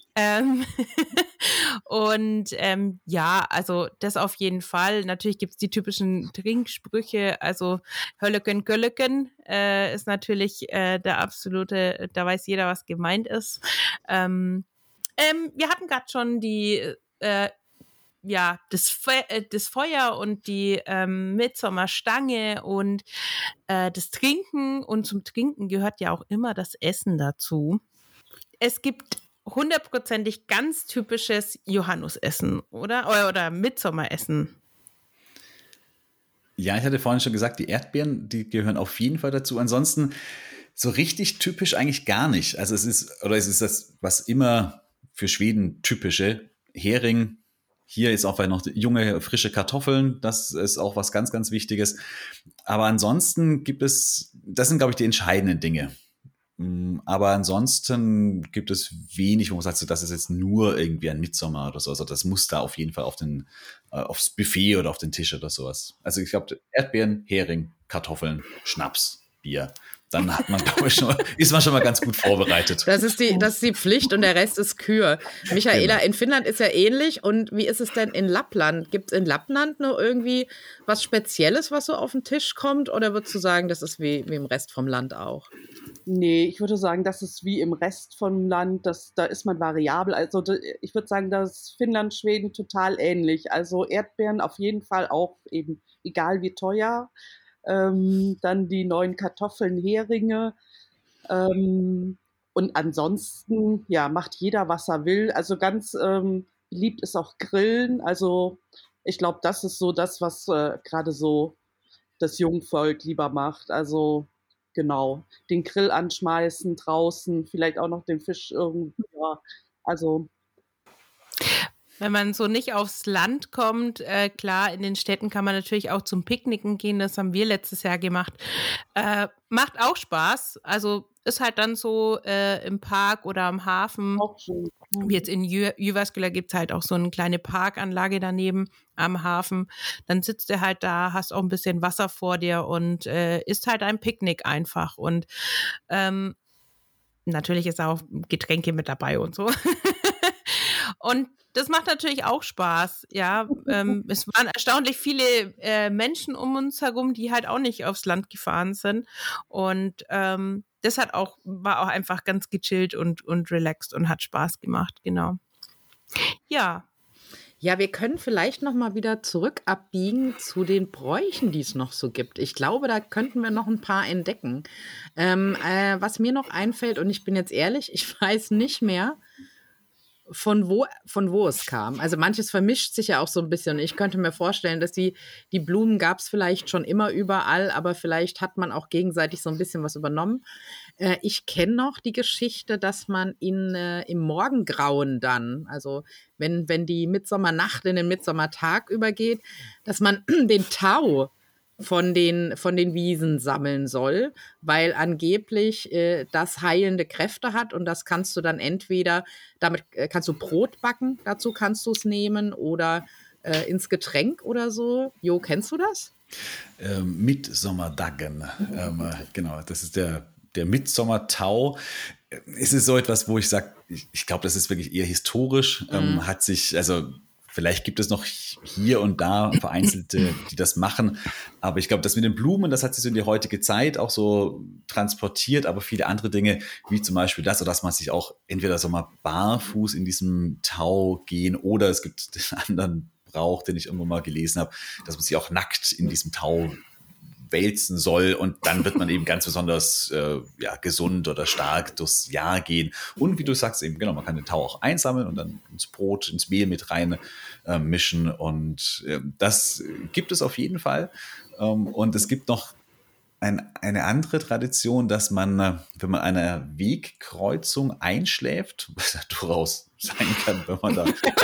Speaker 3: Und ja, also das auf jeden Fall. Natürlich gibt es die typischen Trinksprüche, also Hölleken Kölleken ist natürlich der absolute, da weiß jeder, was gemeint ist. Wir hatten gerade schon das Feuer und die Mitsommerstange und das Trinken. Und zum Trinken gehört ja auch immer das Essen dazu. Es gibt 100%ig ganz typisches Johannusessen, oder Mitsommeressen.
Speaker 4: Ja, ich hatte vorhin schon gesagt, die Erdbeeren, die gehören auf jeden Fall dazu. Ansonsten so richtig typisch eigentlich gar nicht. Also es ist das, was immer für Schweden typische, Hering, Hier ist auch noch junge, frische Kartoffeln. Das ist auch was ganz, ganz Wichtiges. Aber ansonsten das sind, glaube ich, die entscheidenden Dinge. Aber ansonsten gibt es wenig, wo man sagt, so, das ist jetzt nur irgendwie ein Mitsommer oder so. Also das muss da auf jeden Fall aufs Buffet oder auf den Tisch oder sowas. Also ich glaube, Erdbeeren, Hering, Kartoffeln, Schnaps, Bier. Dann hat man, glaube ich, ist man schon mal ganz gut vorbereitet.
Speaker 2: Das ist die Pflicht und der Rest ist Kür. Michaela,
Speaker 4: Genau.
Speaker 2: in Finnland ist ja ähnlich. Und wie ist es denn in Lappland? Gibt es in Lappland nur irgendwie was Spezielles, was so auf den Tisch kommt? Oder würdest du sagen, das ist wie im Rest vom Land auch?
Speaker 5: Nee, ich würde sagen, das ist wie im Rest vom Land, da ist man variabel. Also ich würde sagen, da ist Finnland, Schweden total ähnlich. Also Erdbeeren auf jeden Fall auch eben, egal wie teuer. Dann die neuen Kartoffeln, Heringe. Und ansonsten, ja, macht jeder, was er will. Also ganz beliebt ist auch Grillen. Also ich glaube, das ist so das, was gerade so das Jungvolk lieber macht. Also genau, den Grill anschmeißen draußen, vielleicht auch noch den Fisch irgendwie. Ja. Also
Speaker 3: Wenn man so nicht aufs Land kommt, klar, in den Städten kann man natürlich auch zum Picknicken gehen. Das haben wir letztes Jahr gemacht. Macht auch Spaß. Also ist halt dann so im Park oder am Hafen.
Speaker 5: auch schön.
Speaker 3: Wie jetzt in Jyväskylä gibt es halt auch so eine kleine Parkanlage daneben am Hafen. Dann sitzt du halt da, hast auch ein bisschen Wasser vor dir und isst halt ein Picknick einfach. Und natürlich ist auch Getränke mit dabei und so. Und das macht natürlich auch Spaß, ja. Es waren erstaunlich viele Menschen um uns herum, die halt auch nicht aufs Land gefahren sind. Und das war auch einfach ganz gechillt und relaxed und hat Spaß gemacht, genau. Ja.
Speaker 2: Ja, wir können vielleicht noch mal wieder zurück abbiegen zu den Bräuchen, die es noch so gibt. Ich glaube, da könnten wir noch ein paar entdecken. Was mir noch einfällt, und ich bin jetzt ehrlich, ich weiß nicht mehr, von wo es kam. Also manches vermischt sich ja auch so ein bisschen. Ich könnte mir vorstellen, dass die Blumen gab es vielleicht schon immer überall, aber vielleicht hat man auch gegenseitig so ein bisschen was übernommen. Ich kenne noch die Geschichte, dass man im Morgengrauen dann, also wenn die Mitsommernacht in den Mitsommertag übergeht, dass man den Tau von den Wiesen sammeln soll, weil angeblich das heilende Kräfte hat und das kannst du dann damit kannst du Brot backen, dazu kannst du es nehmen oder ins Getränk oder so. Jo, kennst du das?
Speaker 4: Mitsommerdaggen, genau, das ist der Mitsommertau. Es ist so etwas, wo ich sage, ich glaube, das ist wirklich eher historisch, hat sich, also vielleicht gibt es noch hier und da Vereinzelte, die das machen. Aber ich glaube, das mit den Blumen, das hat sich so in die heutige Zeit auch so transportiert. Aber viele andere Dinge, wie zum Beispiel das, oder dass man sich auch entweder so mal barfuß in diesem Tau gehen oder es gibt den anderen Brauch, den ich irgendwo mal gelesen habe, dass man sich auch nackt in diesem Tau wälzen soll und dann wird man eben ganz besonders gesund oder stark durchs Jahr gehen. Und wie du sagst eben, genau, man kann den Tau auch einsammeln und dann ins Brot, ins Mehl mit rein mischen und das gibt es auf jeden Fall. Und es gibt noch eine andere Tradition, dass man, wenn man einer Wegkreuzung einschläft, was ja durchaus sein kann, wenn man da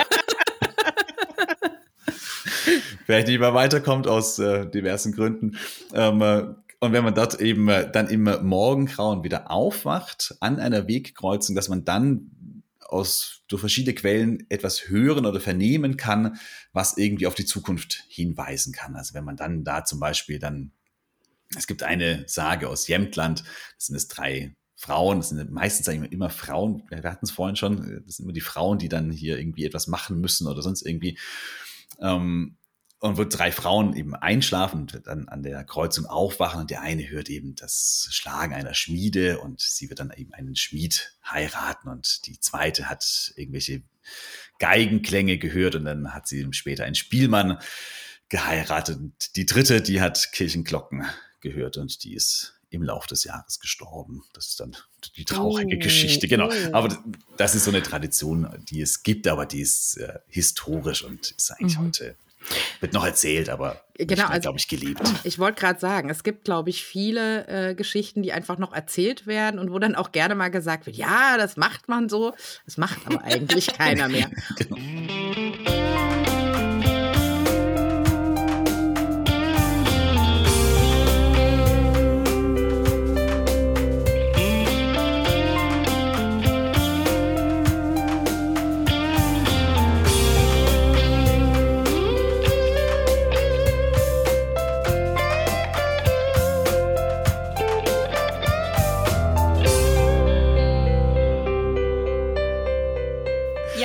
Speaker 4: vielleicht nicht mehr weiterkommt aus diversen Gründen. Und wenn man dort eben dann im Morgengrauen wieder aufwacht an einer Wegkreuzung, dass man dann durch verschiedene Quellen etwas hören oder vernehmen kann, was irgendwie auf die Zukunft hinweisen kann. Also wenn man dann da zum Beispiel es gibt eine Sage aus Jämtland, das sind es 3 Frauen, das sind meistens eigentlich immer Frauen, wir hatten es vorhin schon, das sind immer die Frauen, die dann hier irgendwie etwas machen müssen oder sonst irgendwie. Und wo 3 Frauen eben einschlafen und dann an der Kreuzung aufwachen und der eine hört eben das Schlagen einer Schmiede und sie wird dann eben einen Schmied heiraten und die zweite hat irgendwelche Geigenklänge gehört und dann hat sie später einen Spielmann geheiratet und die dritte, die hat Kirchenglocken gehört und die ist im Lauf des Jahres gestorben. Das ist dann die traurige Geschichte, genau. Aber das ist so eine Tradition, die es gibt, aber die ist historisch und ist eigentlich heute, wird noch erzählt, aber
Speaker 2: genau,
Speaker 4: nicht, glaube ich, gelebt.
Speaker 2: Ich wollte gerade sagen, es gibt, glaube ich, viele Geschichten, die einfach noch erzählt werden und wo dann auch gerne mal gesagt wird, ja, das macht man so, das macht aber eigentlich keiner mehr.
Speaker 4: Genau.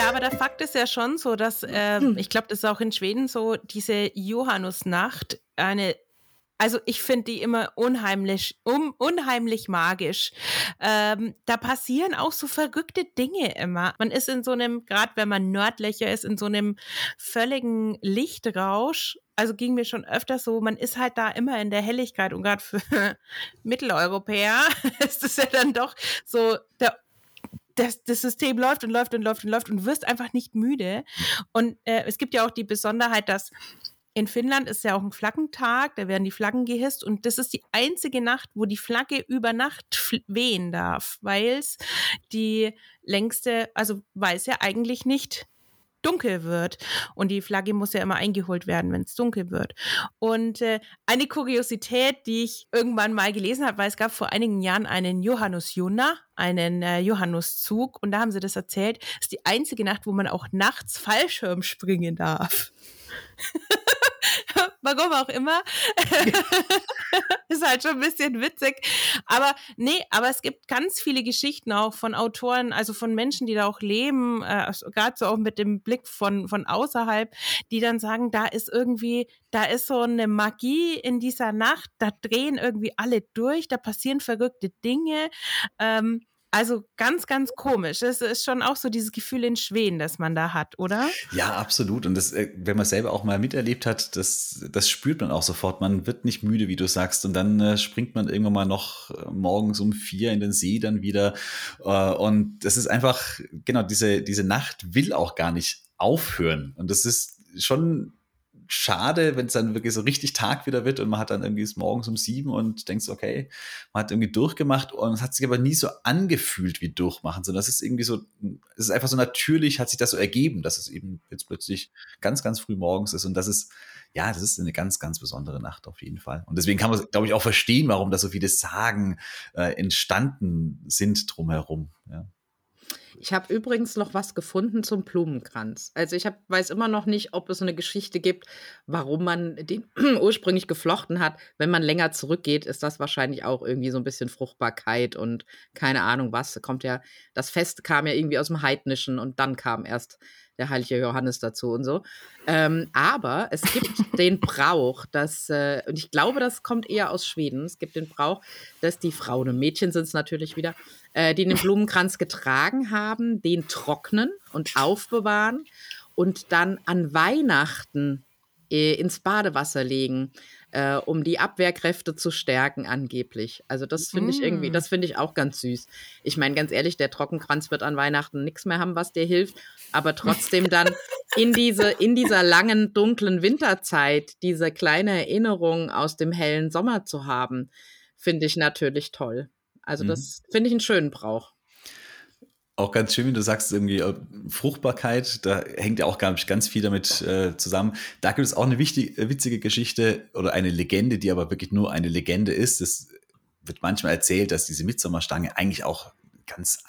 Speaker 3: aber der Fakt ist ja schon so, dass, ich glaube, das ist auch in Schweden so, diese Johannusnacht also ich finde die immer unheimlich magisch. Da passieren auch so verrückte Dinge immer. Man ist in so einem, gerade wenn man Nördlicher ist, in so einem völligen Lichtrausch. Also ging mir schon öfter so, man ist halt da immer in der Helligkeit und gerade für Mitteleuropäer ist es ja dann doch so, das System läuft und läuft und läuft und läuft und du wirst einfach nicht müde. Und es gibt ja auch die Besonderheit, dass in Finnland ist ja auch ein Flaggentag, da werden die Flaggen gehisst und das ist die einzige Nacht, wo die Flagge über Nacht wehen darf, weil es weil es ja eigentlich nicht dunkel wird und die Flagge muss ja immer eingeholt werden, wenn es dunkel wird. Und eine Kuriosität, die ich irgendwann mal gelesen habe, weil es gab vor einigen Jahren einen Johannusjuna, einen Johannuszug und da haben sie das erzählt, ist die einzige Nacht, wo man auch nachts Fallschirm springen darf. Warum auch immer. Ist halt schon ein bisschen witzig. Aber es gibt ganz viele Geschichten auch von Autoren, also von Menschen, die da auch leben, gerade so auch mit dem Blick von außerhalb, die dann sagen, da ist so eine Magie in dieser Nacht, da drehen irgendwie alle durch, da passieren verrückte Dinge. Also ganz, ganz komisch. Es ist schon auch so dieses Gefühl in Schweden, das man da hat, oder?
Speaker 4: Ja, absolut. Und das, wenn man es selber auch mal miterlebt hat, das spürt man auch sofort. Man wird nicht müde, wie du sagst. Und dann springt man irgendwann mal noch morgens um 4 in den See dann wieder. Und das ist einfach, genau, diese Nacht will auch gar nicht aufhören. Und das ist schon schade, wenn es dann wirklich so richtig Tag wieder wird und man hat dann irgendwie morgens um 7 und denkst, okay, man hat irgendwie durchgemacht und es hat sich aber nie so angefühlt wie durchmachen, sondern es ist irgendwie so, es ist einfach so natürlich, hat sich das so ergeben, dass es eben jetzt plötzlich ganz, ganz früh morgens ist und das ist eine ganz, ganz besondere Nacht auf jeden Fall. Und deswegen kann man, glaube ich, auch verstehen, warum da so viele Sagen entstanden sind drumherum, ja.
Speaker 2: Ich habe übrigens noch was gefunden zum Blumenkranz. Also weiß immer noch nicht, ob es eine Geschichte gibt, warum man den ursprünglich geflochten hat. Wenn man länger zurückgeht, ist das wahrscheinlich auch irgendwie so ein bisschen Fruchtbarkeit und keine Ahnung was. Das Fest kam ja irgendwie aus dem Heidnischen und dann kam erst der heilige Johannes dazu und so. Aber es gibt den Brauch, und ich glaube, das kommt eher aus Schweden. Es gibt den Brauch, dass die Frauen und Mädchen sind es natürlich wieder, die den Blumenkranz getragen haben, den trocknen und aufbewahren und dann an Weihnachten ins Badewasser legen, um die Abwehrkräfte zu stärken angeblich. Also das finde ich auch ganz süß. Ich meine, ganz ehrlich, der Trockenkranz wird an Weihnachten nichts mehr haben, was dir hilft, aber trotzdem dann in dieser langen, dunklen Winterzeit diese kleine Erinnerung aus dem hellen Sommer zu haben, finde ich natürlich toll. Also das finde ich einen schönen Brauch.
Speaker 4: Auch ganz schön, wie du sagst, irgendwie Fruchtbarkeit, da hängt ja auch ganz viel damit zusammen. Da gibt es auch eine witzige Geschichte oder eine Legende, die aber wirklich nur eine Legende ist. Es wird manchmal erzählt, dass diese Mitsommerstange eigentlich auch ganz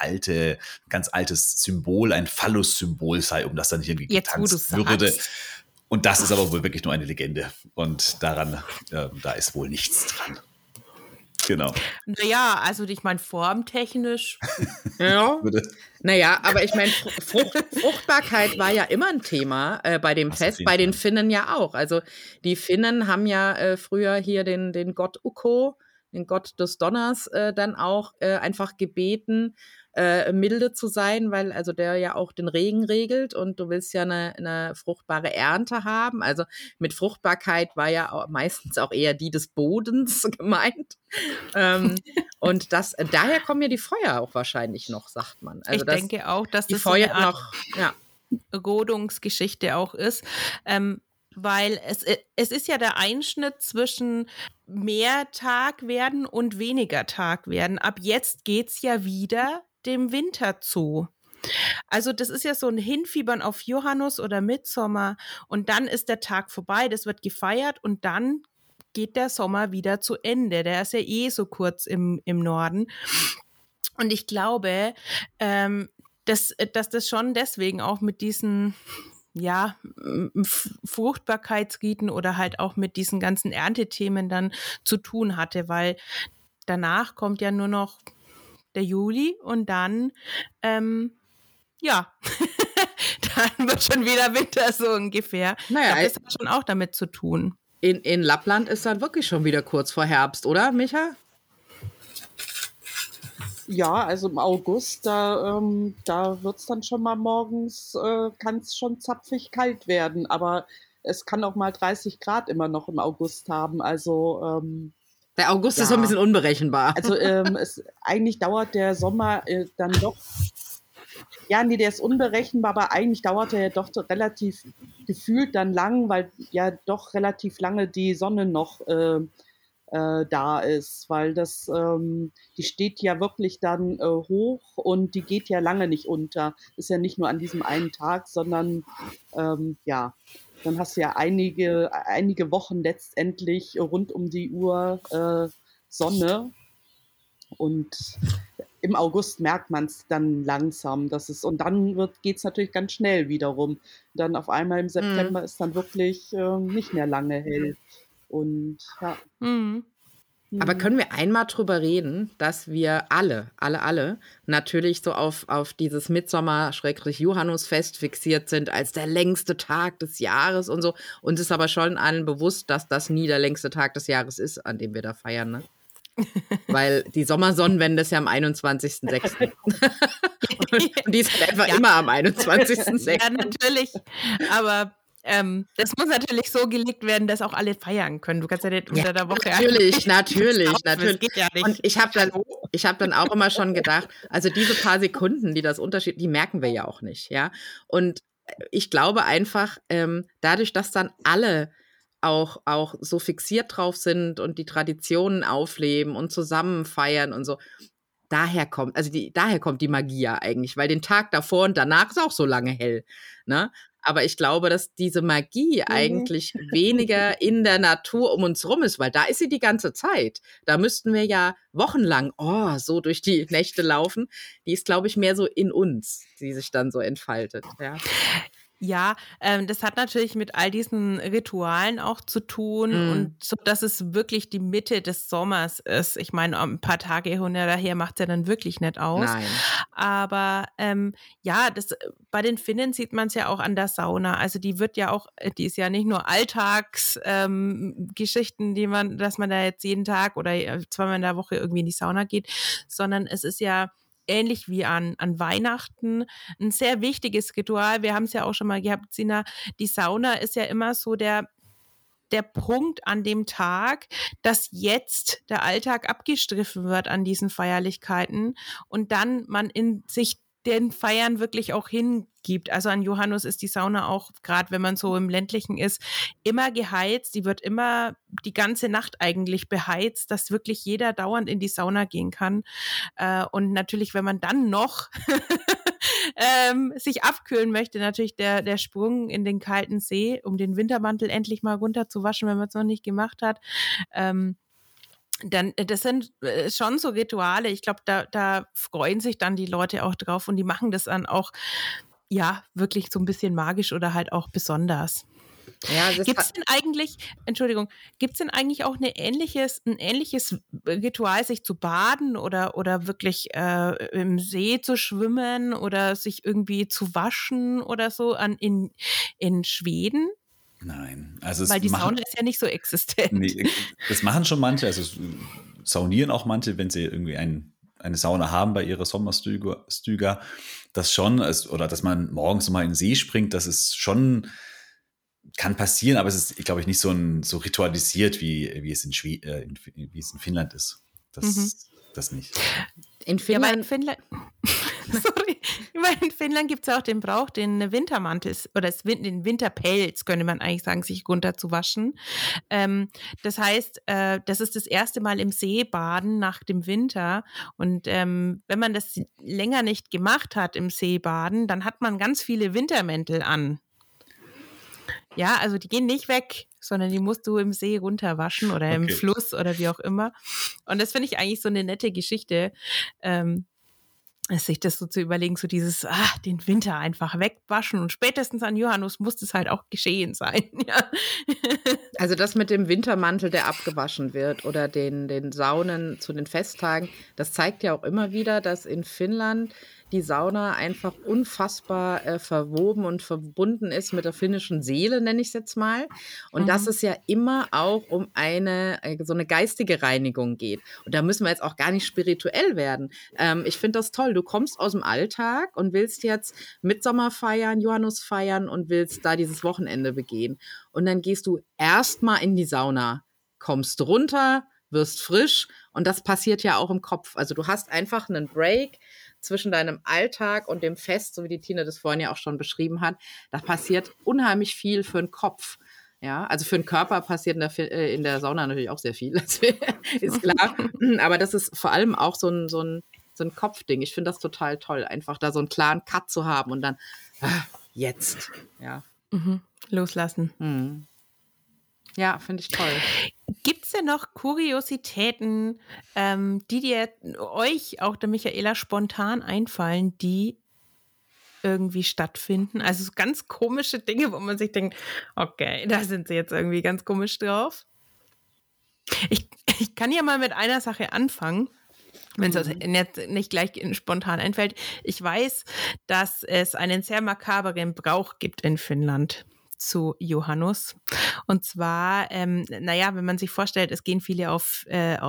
Speaker 4: altes Symbol, ein Phallus-Symbol sei, um das dann nicht irgendwie getanzt würde. Und das ist aber wohl wirklich nur eine Legende. Und daran, da ist wohl nichts dran. Genau.
Speaker 3: Naja, also ich meine, formtechnisch.
Speaker 2: Ja. Naja, aber ich meine, Fruchtbarkeit war ja immer ein Thema bei dem Fest, bei den Finnen ja auch. Also die Finnen haben ja früher hier den Gott Ukko, den Gott des Donners, dann auch einfach gebeten, milde zu sein, weil also der ja auch den Regen regelt und du willst ja eine fruchtbare Ernte haben. Also mit Fruchtbarkeit war ja auch meistens auch eher die des Bodens gemeint. Und daher kommen ja die Feuer auch wahrscheinlich noch, sagt man. Also
Speaker 3: ich denke auch, dass
Speaker 2: die
Speaker 3: das
Speaker 2: Feuer
Speaker 3: so eine Art
Speaker 2: noch,
Speaker 3: Rodungsgeschichte auch ist. Weil es ist ja der Einschnitt zwischen mehr Tag werden und weniger Tag werden. Ab jetzt geht's ja wieder dem Winter zu. Also das ist ja so ein Hinfiebern auf Johannes oder Mittsommer und dann ist der Tag vorbei, das wird gefeiert und dann geht der Sommer wieder zu Ende. Der ist ja so kurz im Norden. Und ich glaube, dass das schon deswegen auch mit diesen Fruchtbarkeitsriten oder halt auch mit diesen ganzen Erntethemen dann zu tun hatte, weil danach kommt ja nur noch der Juli und dann dann wird schon wieder Winter, so ungefähr.
Speaker 2: Naja,
Speaker 3: das hat schon auch damit zu tun.
Speaker 2: in Lappland ist dann wirklich schon wieder kurz vor Herbst, oder, Micha?
Speaker 5: Ja, also im August, da wird es dann schon mal morgens, kann es schon zapfig kalt werden, aber es kann auch mal 30 Grad immer noch im August haben. Also
Speaker 2: Der August ist so ein bisschen unberechenbar.
Speaker 5: Also eigentlich dauert der Sommer dann doch, ja, nee, der ist unberechenbar, aber eigentlich dauert er ja doch relativ gefühlt dann lang, weil ja doch relativ lange die Sonne noch da ist, weil die steht ja wirklich dann hoch und die geht ja lange nicht unter. Ist ja nicht nur an diesem einen Tag, sondern ja, dann hast du ja einige Wochen letztendlich rund um die Uhr Sonne und im August merkt man es dann langsam, und dann geht es natürlich ganz schnell wiederum. Dann auf einmal im September ist dann wirklich nicht mehr lange hell. Und ja.
Speaker 2: Aber können wir einmal drüber reden, dass wir alle natürlich so auf dieses Mittsommer-Johannusfest fixiert sind als der längste Tag des Jahres und so. Uns ist aber schon allen bewusst, dass das nie der längste Tag des Jahres ist, an dem wir da feiern, ne? Weil die Sommersonnenwende ist ja am 21.06. und die ist halt einfach immer am 21.06.
Speaker 3: Ja, natürlich. Aber das muss natürlich so gelegt werden, dass auch alle feiern können. Du kannst ja nicht unter der Woche...
Speaker 2: Natürlich.
Speaker 3: Das geht ja nicht.
Speaker 2: Und ich hab dann auch immer schon gedacht, also diese paar Sekunden, die merken wir ja auch nicht, ja. Und ich glaube einfach, dadurch, dass dann alle auch so fixiert drauf sind und die Traditionen aufleben und zusammen feiern und so, daher kommt die Magie ja eigentlich, weil den Tag davor und danach ist auch so lange hell, ne? Aber ich glaube, dass diese Magie eigentlich weniger in der Natur um uns rum ist, weil da ist sie die ganze Zeit. Da müssten wir ja wochenlang so durch die Nächte laufen. Die ist, glaube ich, mehr so in uns, die sich dann so entfaltet, ja.
Speaker 3: Ja, das hat natürlich mit all diesen Ritualen auch zu tun und so, dass es wirklich die Mitte des Sommers ist. Ich meine, ein paar Tage daher macht es ja dann wirklich nicht aus.
Speaker 2: Nein.
Speaker 3: Aber ja, bei den Finnen sieht man es ja auch an der Sauna. Also die ist ja nicht nur Alltagsgeschichten, dass man da jetzt jeden Tag oder zweimal in der Woche irgendwie in die Sauna geht, sondern es ist ja ähnlich wie an Weihnachten, ein sehr wichtiges Ritual. Wir haben es ja auch schon mal gehabt, Sina, die Sauna ist ja immer so der Punkt an dem Tag, dass jetzt der Alltag abgestriffen wird an diesen Feierlichkeiten und dann man in sich den Feiern wirklich auch hingibt. Also an Johannus ist die Sauna auch, gerade wenn man so im ländlichen ist, immer geheizt. Die wird immer die ganze Nacht eigentlich beheizt, dass wirklich jeder dauernd in die Sauna gehen kann. Und natürlich, wenn man dann noch sich abkühlen möchte, natürlich der Sprung in den kalten See, um den Wintermantel endlich mal runterzuwaschen, wenn man es noch nicht gemacht hat. Dann, das sind schon so Rituale. Ich glaube, da freuen sich dann die Leute auch drauf und die machen das dann auch, ja, wirklich so ein bisschen magisch oder halt auch besonders.
Speaker 2: Ja,
Speaker 3: Gibt es denn eigentlich auch ein ähnliches Ritual, sich zu baden oder wirklich im See zu schwimmen oder sich irgendwie zu waschen oder so in Schweden?
Speaker 4: Nein. Also
Speaker 3: weil die Sauna ist ja nicht so existent.
Speaker 4: Nee, das machen schon manche, also saunieren auch manche, wenn sie irgendwie eine Sauna haben bei ihrer Sommerstüger, das schon, oder dass man morgens mal in den See springt, das ist schon, kann passieren, aber es ist, glaube ich, nicht so ritualisiert, wie es in Finnland ist. Das nicht.
Speaker 2: In Finnland,
Speaker 3: sorry. In Finnland gibt es ja auch den Brauch, den Wintermantel oder den Winterpelz, könnte man eigentlich sagen, sich runter zu waschen. Das heißt, das ist das erste Mal im See baden nach dem Winter. Und wenn man das länger nicht gemacht hat im See baden, dann hat man ganz viele Wintermäntel an. Ja, also die gehen nicht weg, sondern die musst du im See runterwaschen oder im Fluss oder wie auch immer. Und das finde ich eigentlich so eine nette Geschichte. sich das so zu überlegen, so dieses, den Winter einfach wegwaschen und spätestens an Johannes muss das halt auch geschehen sein. Ja.
Speaker 2: Also das mit dem Wintermantel, der abgewaschen wird oder den Saunen zu den Festtagen, das zeigt ja auch immer wieder, dass in Finnland die Sauna einfach unfassbar verwoben und verbunden ist mit der finnischen Seele, nenne ich es jetzt mal. Und dass es ja immer auch um so eine geistige Reinigung geht. Und da müssen wir jetzt auch gar nicht spirituell werden. Ich finde das toll. Du kommst aus dem Alltag und willst jetzt Mittsommer feiern, Johannes feiern und willst da dieses Wochenende begehen. Und dann gehst du erstmal in die Sauna, kommst runter, wirst frisch und das passiert ja auch im Kopf. Also du hast einfach einen Break zwischen deinem Alltag und dem Fest, so wie die Tine das vorhin ja auch schon beschrieben hat. Da passiert unheimlich viel für den Kopf. Ja, also für den Körper passiert in der Sauna natürlich auch sehr viel, das ist klar. Aber das ist vor allem auch so ein Kopfding. Ich finde das total toll, einfach da so einen klaren Cut zu haben und dann jetzt. Ja.
Speaker 3: Loslassen.
Speaker 2: Ja, finde ich toll.
Speaker 3: Gibt es denn noch Kuriositäten, die dir euch, auch der Michaela, spontan einfallen, die irgendwie stattfinden? Also so ganz komische Dinge, wo man sich denkt, okay, da sind sie jetzt irgendwie ganz komisch drauf. Ich kann ja mal mit einer Sache anfangen, wenn es jetzt nicht gleich spontan einfällt. Ich weiß, dass es einen sehr makaberen Brauch gibt in Finnland zu Johannes. Und zwar, wenn man sich vorstellt, es gehen viele aufs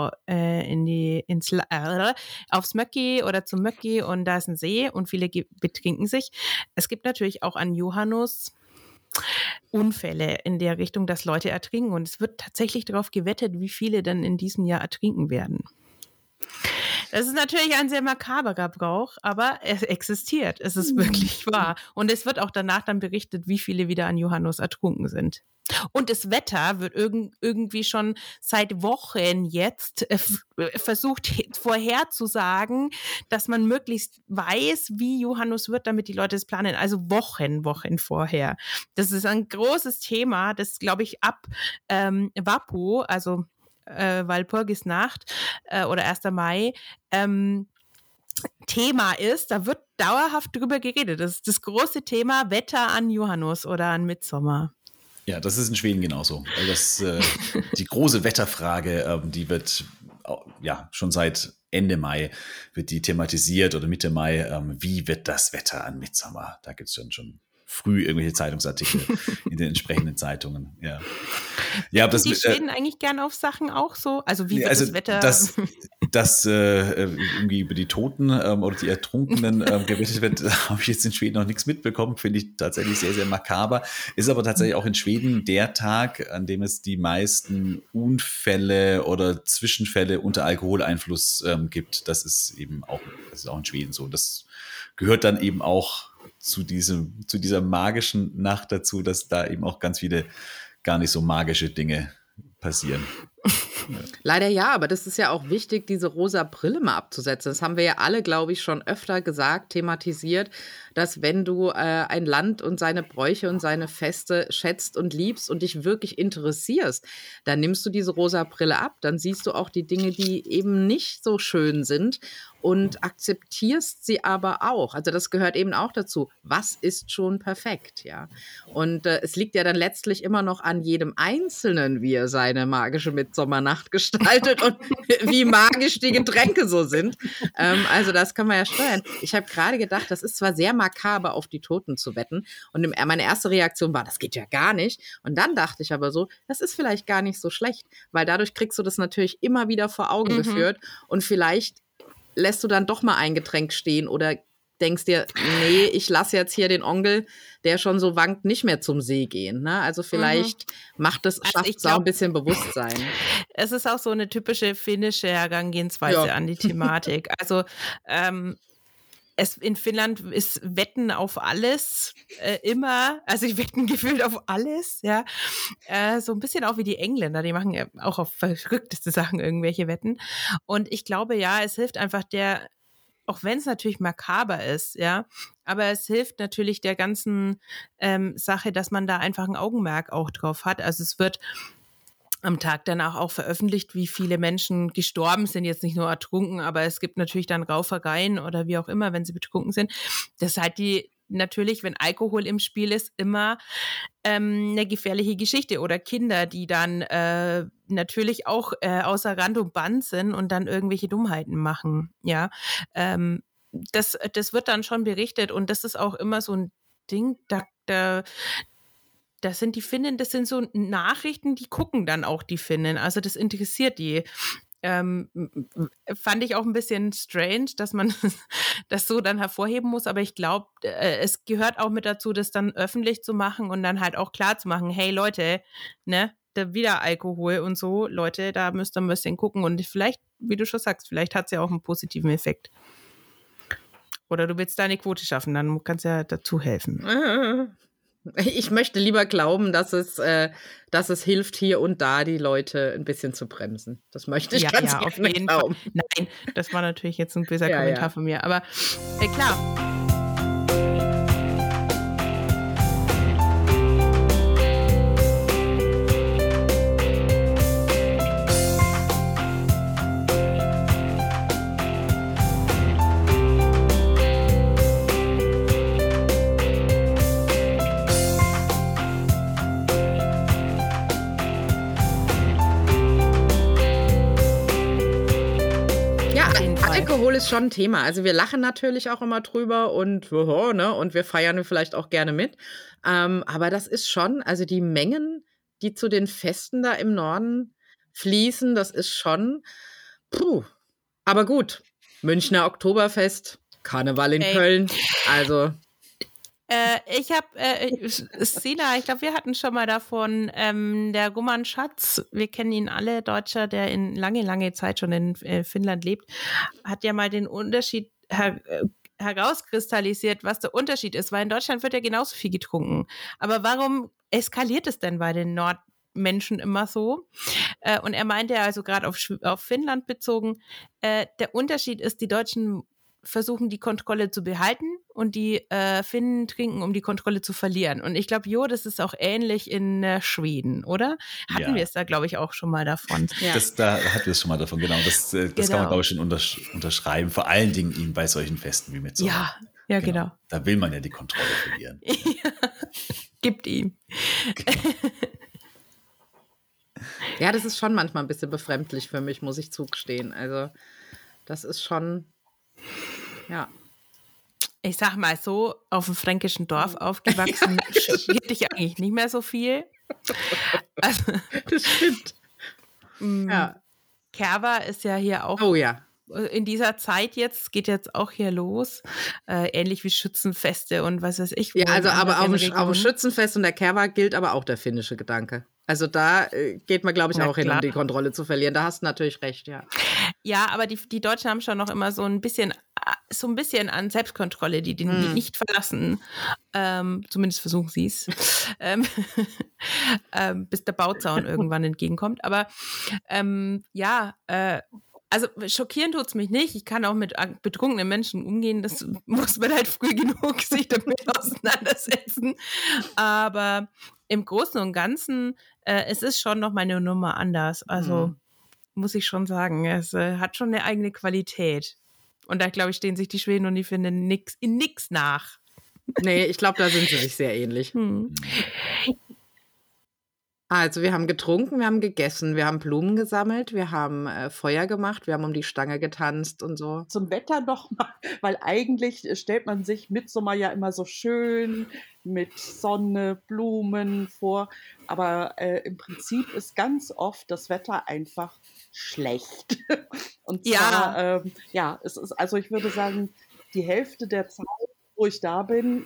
Speaker 3: Möcki oder zum Möcki und da ist ein See und viele betrinken sich. Es gibt natürlich auch an Johannes Unfälle in der Richtung, dass Leute ertrinken und es wird tatsächlich darauf gewettet, wie viele dann in diesem Jahr ertrinken werden. Das ist natürlich ein sehr makaberer Brauch, aber es existiert. Es ist wirklich wahr. Und es wird auch danach dann berichtet, wie viele wieder an Johannes ertrunken sind. Und das Wetter wird irgendwie schon seit Wochen jetzt versucht vorherzusagen, dass man möglichst weiß, wie Johannes wird, damit die Leute es planen. Also Wochen vorher. Das ist ein großes Thema, das glaube ich ab Vappu, also Walpurgisnacht oder 1. Mai Thema ist, da wird dauerhaft drüber geredet. Das ist das große Thema Wetter an Johannes oder an Mittsommer.
Speaker 4: Ja, das ist in Schweden genauso. Die große Wetterfrage, die wird schon seit Ende Mai wird die thematisiert oder Mitte Mai. Wie wird das Wetter an Mittsommer? Da gibt es schon früh irgendwelche Zeitungsartikel in den entsprechenden Zeitungen. Ja,
Speaker 3: das die Schweden eigentlich gern auf Sachen auch so? Also wie wird das Wetter?
Speaker 4: Dass irgendwie über die Toten oder die Ertrunkenen gerettet wird, habe ich jetzt in Schweden noch nichts mitbekommen. Finde ich tatsächlich sehr, sehr makaber. Ist aber tatsächlich auch in Schweden der Tag, an dem es die meisten Unfälle oder Zwischenfälle unter Alkoholeinfluss gibt. Das ist auch in Schweden so. Das gehört dann eben auch zu dieser magischen Nacht dazu, dass da eben auch ganz viele gar nicht so magische Dinge passieren.
Speaker 2: Leider ja, aber das ist ja auch wichtig, diese rosa Brille mal abzusetzen. Das haben wir ja alle, glaube ich, schon öfter gesagt, thematisiert, dass wenn du ein Land und seine Bräuche und seine Feste schätzt und liebst und dich wirklich interessierst, dann nimmst du diese rosa Brille ab, dann siehst du auch die Dinge, die eben nicht so schön sind und akzeptierst sie aber auch. Also das gehört eben auch dazu. Was ist schon perfekt, ja? Und es liegt ja dann letztlich immer noch an jedem Einzelnen, wie er seine magische Mittsommernacht gestaltet und wie magisch die Getränke so sind. Also das kann man ja steuern. Ich habe gerade gedacht, das ist zwar sehr makaber, auf die Toten zu wetten. Und meine erste Reaktion war, das geht ja gar nicht. Und dann dachte ich aber so, das ist vielleicht gar nicht so schlecht, weil dadurch kriegst du das natürlich immer wieder vor Augen geführt und vielleicht lässt du dann doch mal ein Getränk stehen oder denkst dir, nee, ich lasse jetzt hier den Onkel, der schon so wankt, nicht mehr zum See gehen. Ne? Also vielleicht schafft es auch ein bisschen Bewusstsein.
Speaker 3: Es ist auch so eine typische finnische Herangehensweise an die Thematik. Also in Finnland ist Wetten auf alles immer, also die wetten gefühlt auf alles, ja. So ein bisschen auch wie die Engländer, die machen ja auch auf verrückteste Sachen irgendwelche Wetten. Und ich glaube, ja, es hilft einfach auch wenn es natürlich makaber ist, ja, aber es hilft natürlich der ganzen Sache, dass man da einfach ein Augenmerk auch drauf hat. Also es wird am Tag danach auch veröffentlicht, wie viele Menschen gestorben sind, jetzt nicht nur ertrunken, aber es gibt natürlich dann Raufereien oder wie auch immer, wenn sie betrunken sind. Das ist halt natürlich, wenn Alkohol im Spiel ist, immer eine gefährliche Geschichte oder Kinder, die dann natürlich auch außer Rand und Band sind und dann irgendwelche Dummheiten machen, ja. Das wird dann schon berichtet und das ist auch immer so ein Ding, das sind die Finnen, das sind so Nachrichten, die gucken dann auch die Finnen. Also das interessiert die. Fand ich auch ein bisschen strange, dass man das so dann hervorheben muss, aber ich glaube, es gehört auch mit dazu, das dann öffentlich zu machen und dann halt auch klar zu machen, hey Leute, ne, da wieder Alkohol und so, Leute, da müsst ihr ein bisschen gucken und vielleicht, wie du schon sagst, vielleicht hat es ja auch einen positiven Effekt. Oder du willst deine Quote schaffen, dann kannst du ja dazu helfen.
Speaker 2: Ich möchte lieber glauben, dass es hilft, hier und da die Leute ein bisschen zu bremsen. Das möchte ich ganz
Speaker 3: auf
Speaker 2: gerne
Speaker 3: jeden
Speaker 2: glauben.
Speaker 3: Fall. Nein, das war natürlich jetzt ein böser
Speaker 2: Ja,
Speaker 3: Kommentar
Speaker 2: ja.
Speaker 3: von mir. Aber klar.
Speaker 2: Alkohol ist schon ein Thema. Also wir lachen natürlich auch immer drüber und, ne, und wir feiern vielleicht auch gerne mit. Aber das ist schon, also die Mengen, die zu den Festen da im Norden fließen, das ist schon, puh. Aber gut, Münchner Oktoberfest, Karneval in Köln, also...
Speaker 3: Ich habe, Sina, ich glaube, wir hatten schon mal davon, der Roman Schatz, wir kennen ihn alle, Deutscher, der in lange Zeit schon in Finnland lebt, hat ja mal den Unterschied herauskristallisiert, was der Unterschied ist, weil in Deutschland wird ja genauso viel getrunken. Aber warum eskaliert es denn bei den Nordmenschen immer so? Und er meinte ja also gerade auf Finnland bezogen, der Unterschied ist, die Deutschen versuchen, die Kontrolle zu behalten und die Finnen trinken, um die Kontrolle zu verlieren. Und ich glaube, das ist auch ähnlich in Schweden, oder? Hatten wir es da, glaube ich, auch schon mal davon.
Speaker 4: Ja. Da hatten wir es schon mal davon, genau. Das kann man, glaube ich, schon unterschreiben. Vor allen Dingen eben bei solchen Festen wie mit so.
Speaker 3: Ja, genau.
Speaker 4: Da will man ja die Kontrolle verlieren.
Speaker 3: Gibt ihm.
Speaker 2: Ja, das ist schon manchmal ein bisschen befremdlich für mich, muss ich zugestehen. Also das ist schon... Ja.
Speaker 3: Ich sag mal so, auf dem fränkischen Dorf aufgewachsen, schockiert dich eigentlich nicht mehr so viel. Also,
Speaker 2: das stimmt.
Speaker 3: Ja. Kerwa ist ja hier auch in dieser Zeit jetzt, geht jetzt auch hier los, ähnlich wie Schützenfeste und was weiß ich.
Speaker 2: Ja, also aber auf dem Schützenfest und der Kerwa gilt aber auch der finnische Gedanke. Also da geht man, glaube ich, auch hin, um die Kontrolle zu verlieren. Da hast du natürlich recht, ja.
Speaker 3: Ja, aber die Deutschen haben schon noch immer so ein bisschen an Selbstkontrolle, die nicht verlassen. Zumindest versuchen sie es. Bis der Bauzaun irgendwann entgegenkommt. Aber also schockieren tut es mich nicht. Ich kann auch mit betrunkenen Menschen umgehen. Das muss man halt früh genug sich damit auseinandersetzen. Aber im Großen und Ganzen, es ist schon noch mal eine Nummer anders. Also muss ich schon sagen, es hat schon eine eigene Qualität. Und da, glaube ich, stehen sich die Schweden und die Finnen in nix nach.
Speaker 2: Nee, ich glaube, da sind sie sich sehr ähnlich. Also wir haben getrunken, wir haben gegessen, wir haben Blumen gesammelt, wir haben Feuer gemacht, wir haben um die Stange getanzt und so.
Speaker 5: Zum Wetter noch mal, weil eigentlich stellt man sich Mitsommer ja immer so schön mit Sonne, Blumen vor, aber im Prinzip ist ganz oft das Wetter einfach schlecht. Und zwar, es ist, also ich würde sagen, die Hälfte der Zeit, wo ich da bin,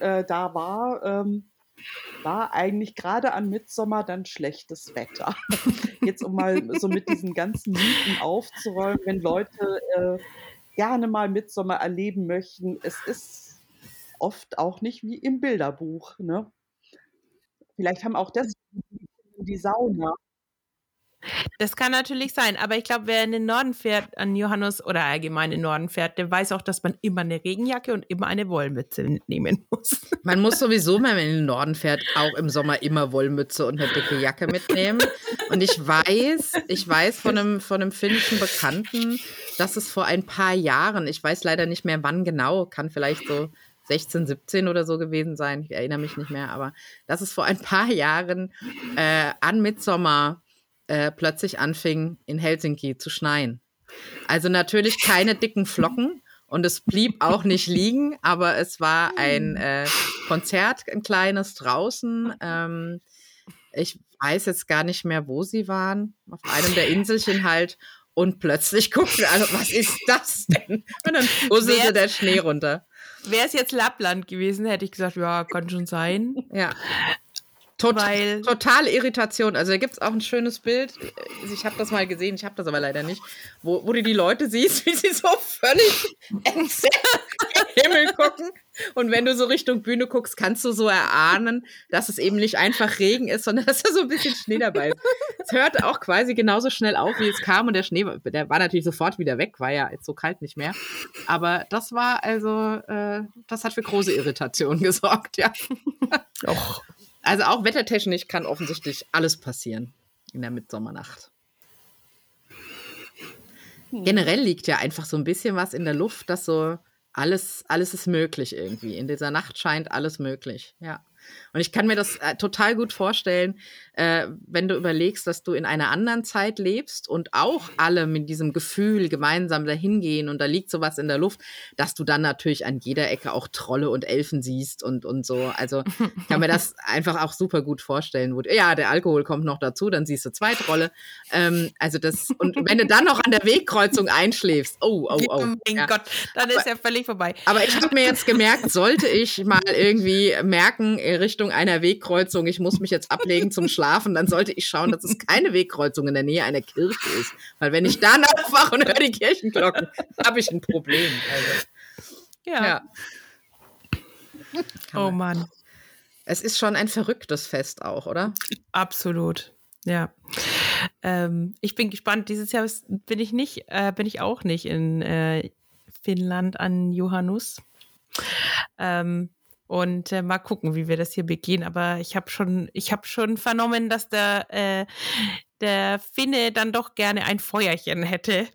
Speaker 5: war eigentlich gerade an Mitsommer dann schlechtes Wetter. Jetzt um mal so mit diesen ganzen Mythen aufzuräumen, wenn Leute gerne mal Mitsommer erleben möchten, es ist oft auch nicht wie im Bilderbuch. Ne? Vielleicht haben auch deswegen die Sauna.
Speaker 3: Das kann natürlich sein, aber ich glaube, wer in den Norden fährt, an Johannus oder allgemein in den Norden fährt, der weiß auch, dass man immer eine Regenjacke und immer eine Wollmütze mitnehmen muss.
Speaker 2: Man muss sowieso, wenn man in den Norden fährt, auch im Sommer immer Wollmütze und eine dicke Jacke mitnehmen. Und ich weiß von einem finnischen Bekannten, dass es vor ein paar Jahren, ich weiß leider nicht mehr wann genau, kann vielleicht so 16, 17 oder so gewesen sein, ich erinnere mich nicht mehr, aber dass es vor ein paar Jahren an Mittsommer plötzlich anfing, in Helsinki zu schneien. Also natürlich keine dicken Flocken und es blieb auch nicht liegen, aber es war ein Konzert, ein kleines draußen. Ich weiß jetzt gar nicht mehr, wo sie waren, auf einem der Inselchen halt. Und plötzlich guckten alle, was ist das denn? Und dann fusselte der Schnee runter.
Speaker 3: Wäre es jetzt Lappland gewesen, hätte ich gesagt, ja, kann schon sein.
Speaker 2: Ja. Totale Irritation. Also da gibt es auch ein schönes Bild. Ich habe das mal gesehen, ich habe das aber leider nicht, wo du die Leute siehst, wie sie so völlig entsetzt in den Himmel gucken. Und wenn du so Richtung Bühne guckst, kannst du so erahnen, dass es eben nicht einfach Regen ist, sondern dass da so ein bisschen Schnee dabei ist. Es hörte auch quasi genauso schnell auf, wie es kam. Und der Schnee, der war natürlich sofort wieder weg, war ja jetzt so kalt nicht mehr. Aber das war also, das hat für große Irritation gesorgt, ja.
Speaker 3: Och.
Speaker 2: Also auch wettertechnisch kann offensichtlich alles passieren in der Mittsommernacht. Generell liegt ja einfach so ein bisschen was in der Luft, dass so alles ist möglich irgendwie. In dieser Nacht scheint alles möglich, ja. Und ich kann mir das total gut vorstellen, wenn du überlegst, dass du in einer anderen Zeit lebst und auch alle mit diesem Gefühl gemeinsam dahin gehen und da liegt sowas in der Luft, dass du dann natürlich an jeder Ecke auch Trolle und Elfen siehst und so. Also ich kann mir das einfach auch super gut vorstellen. Ja, der Alkohol kommt noch dazu, dann siehst du 2 Trolle. Also das, und wenn du dann noch an der Wegkreuzung einschläfst, oh
Speaker 3: mein Gott, dann ist ja völlig vorbei.
Speaker 2: Aber ich habe mir jetzt gemerkt, sollte ich mal irgendwie merken, Richtung einer Wegkreuzung, ich muss mich jetzt ablegen zum Schlafen, dann sollte ich schauen, dass es keine Wegkreuzung in der Nähe einer Kirche ist. Weil wenn ich dann aufwache und höre die Kirchenglocken, habe ich ein Problem. Also, ja.
Speaker 3: Oh Mann.
Speaker 2: Es ist schon ein verrücktes Fest auch, oder?
Speaker 3: Absolut, ja. Ich bin gespannt. Dieses Jahr bin ich auch nicht in Finnland an Johannus. Und mal gucken, wie wir das hier begehen. Aber ich habe schon vernommen, dass der Finne dann doch gerne ein Feuerchen hätte.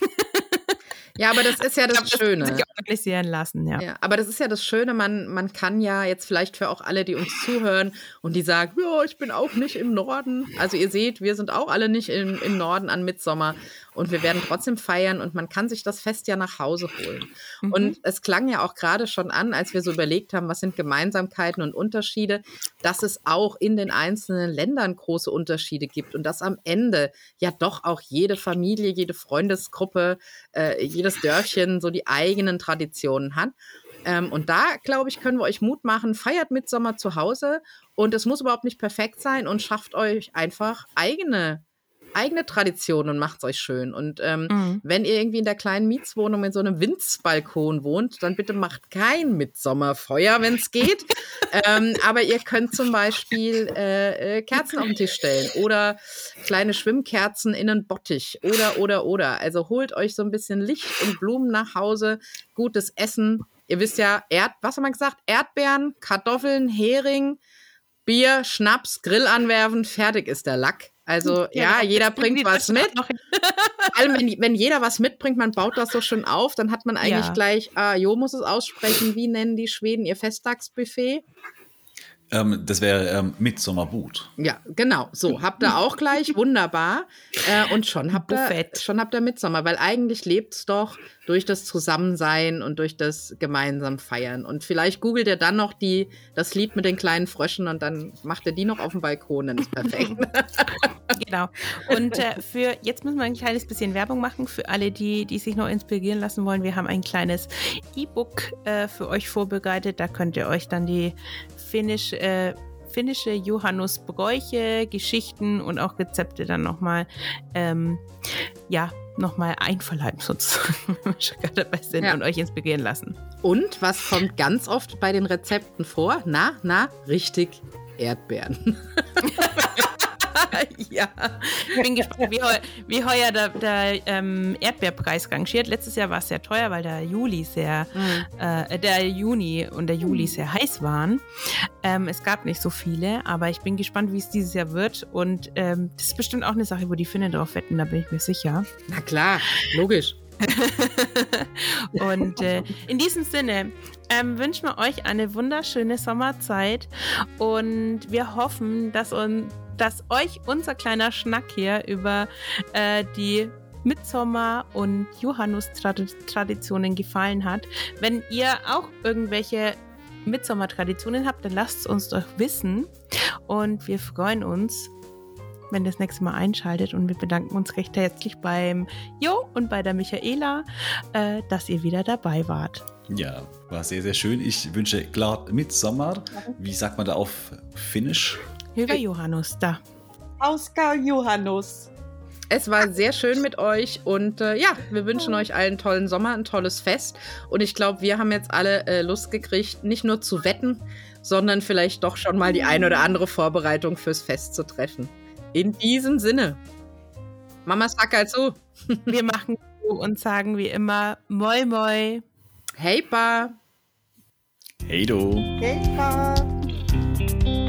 Speaker 2: Ja, aber das ist ja das Schöne.
Speaker 3: Das sich organisieren lassen, ja.
Speaker 2: Aber das ist ja das Schöne, man kann ja jetzt vielleicht für auch alle, die uns zuhören und die sagen, ja, ich bin auch nicht im Norden. Also ihr seht, wir sind auch alle nicht im Norden an Mittsommer und wir werden trotzdem feiern und man kann sich das Fest ja nach Hause holen. Mhm. Und es klang ja auch gerade schon an, als wir so überlegt haben, was sind Gemeinsamkeiten und Unterschiede, dass es auch in den einzelnen Ländern große Unterschiede gibt und dass am Ende ja doch auch jede Familie, jede Freundesgruppe, jedes Dörfchen so die eigenen Traditionen hat. Und da, glaube ich, können wir euch Mut machen, feiert Mittsommer zu Hause und es muss überhaupt nicht perfekt sein und schafft euch einfach eigene Traditionen und macht es euch schön. Und wenn ihr irgendwie in der kleinen Mietswohnung in so einem Winzbalkon wohnt, dann bitte macht kein Mittsommerfeuer, wenn es geht. Aber ihr könnt zum Beispiel Kerzen auf den Tisch stellen oder kleine Schwimmkerzen in einen Bottich oder. Also holt euch so ein bisschen Licht und Blumen nach Hause, gutes Essen. Ihr wisst ja, was haben wir gesagt? Erdbeeren, Kartoffeln, Hering, Bier, Schnaps, Grill anwerfen, fertig ist der Lack. Also ja, jeder bringt was mit. Vor allem, wenn jeder was mitbringt, man baut das so schon auf, dann hat man eigentlich gleich, Jo muss es aussprechen, wie nennen die Schweden ihr Festtagsbuffet?
Speaker 4: Das wäre Mittsommerbud.
Speaker 2: Ja, genau. So, habt ihr auch gleich, wunderbar. Und schon habt ihr Mittsommer, weil eigentlich lebt es doch durch das Zusammensein und durch das gemeinsam Feiern. Und vielleicht googelt ihr dann noch das Lied mit den kleinen Fröschen und dann macht ihr die noch auf dem Balkon, dann ist perfekt.
Speaker 3: Genau. Und jetzt müssen wir ein kleines bisschen Werbung machen für alle, die sich noch inspirieren lassen wollen. Wir haben ein kleines E-Book für euch vorbereitet. Da könnt ihr euch dann die finnische Johannusbräuche, Geschichten und auch Rezepte dann nochmal einverleiben, sozusagen, wenn wir schon gerade dabei sind und euch inspirieren lassen.
Speaker 2: Und was kommt ganz oft bei den Rezepten vor? Richtig, Erdbeeren.
Speaker 3: Ja, ich bin gespannt, wie heuer der Erdbeerpreis rangiert. Letztes Jahr war es sehr teuer, weil der Juni und der Juli sehr heiß waren. Es gab nicht so viele, aber ich bin gespannt, wie es dieses Jahr wird. Und das ist bestimmt auch eine Sache, wo die Finnen drauf wetten, da bin ich mir sicher.
Speaker 2: Na klar, logisch.
Speaker 3: Und in diesem Sinne wünschen wir euch eine wunderschöne Sommerzeit und wir hoffen, dass euch unser kleiner Schnack hier über die Mittsommer- und Johannus-Traditionen gefallen hat. Wenn ihr auch irgendwelche Mittsommertraditionen habt, dann lasst es uns doch wissen und wir freuen uns, wenn ihr das nächste Mal einschaltet und wir bedanken uns recht herzlich beim Jo und bei der Michaela, dass ihr wieder dabei wart.
Speaker 4: Ja, war sehr, sehr schön. Ich wünsche glad Midsommar. Wie sagt man da auf Finnisch?
Speaker 3: Hyvä Johannus, da.
Speaker 5: Auskar Johannus.
Speaker 2: Es war sehr schön mit euch und wir wünschen euch allen einen tollen Sommer, ein tolles Fest. Und ich glaube, wir haben jetzt alle Lust gekriegt, nicht nur zu wetten, sondern vielleicht doch schon mal die ein oder andere Vorbereitung fürs Fest zu treffen. In diesem Sinne, Mama Sackerl zu.
Speaker 3: Wir machen so und sagen wie immer Moi Moi.
Speaker 2: Hey Pa.
Speaker 4: Hey du.
Speaker 5: Hey, Pa.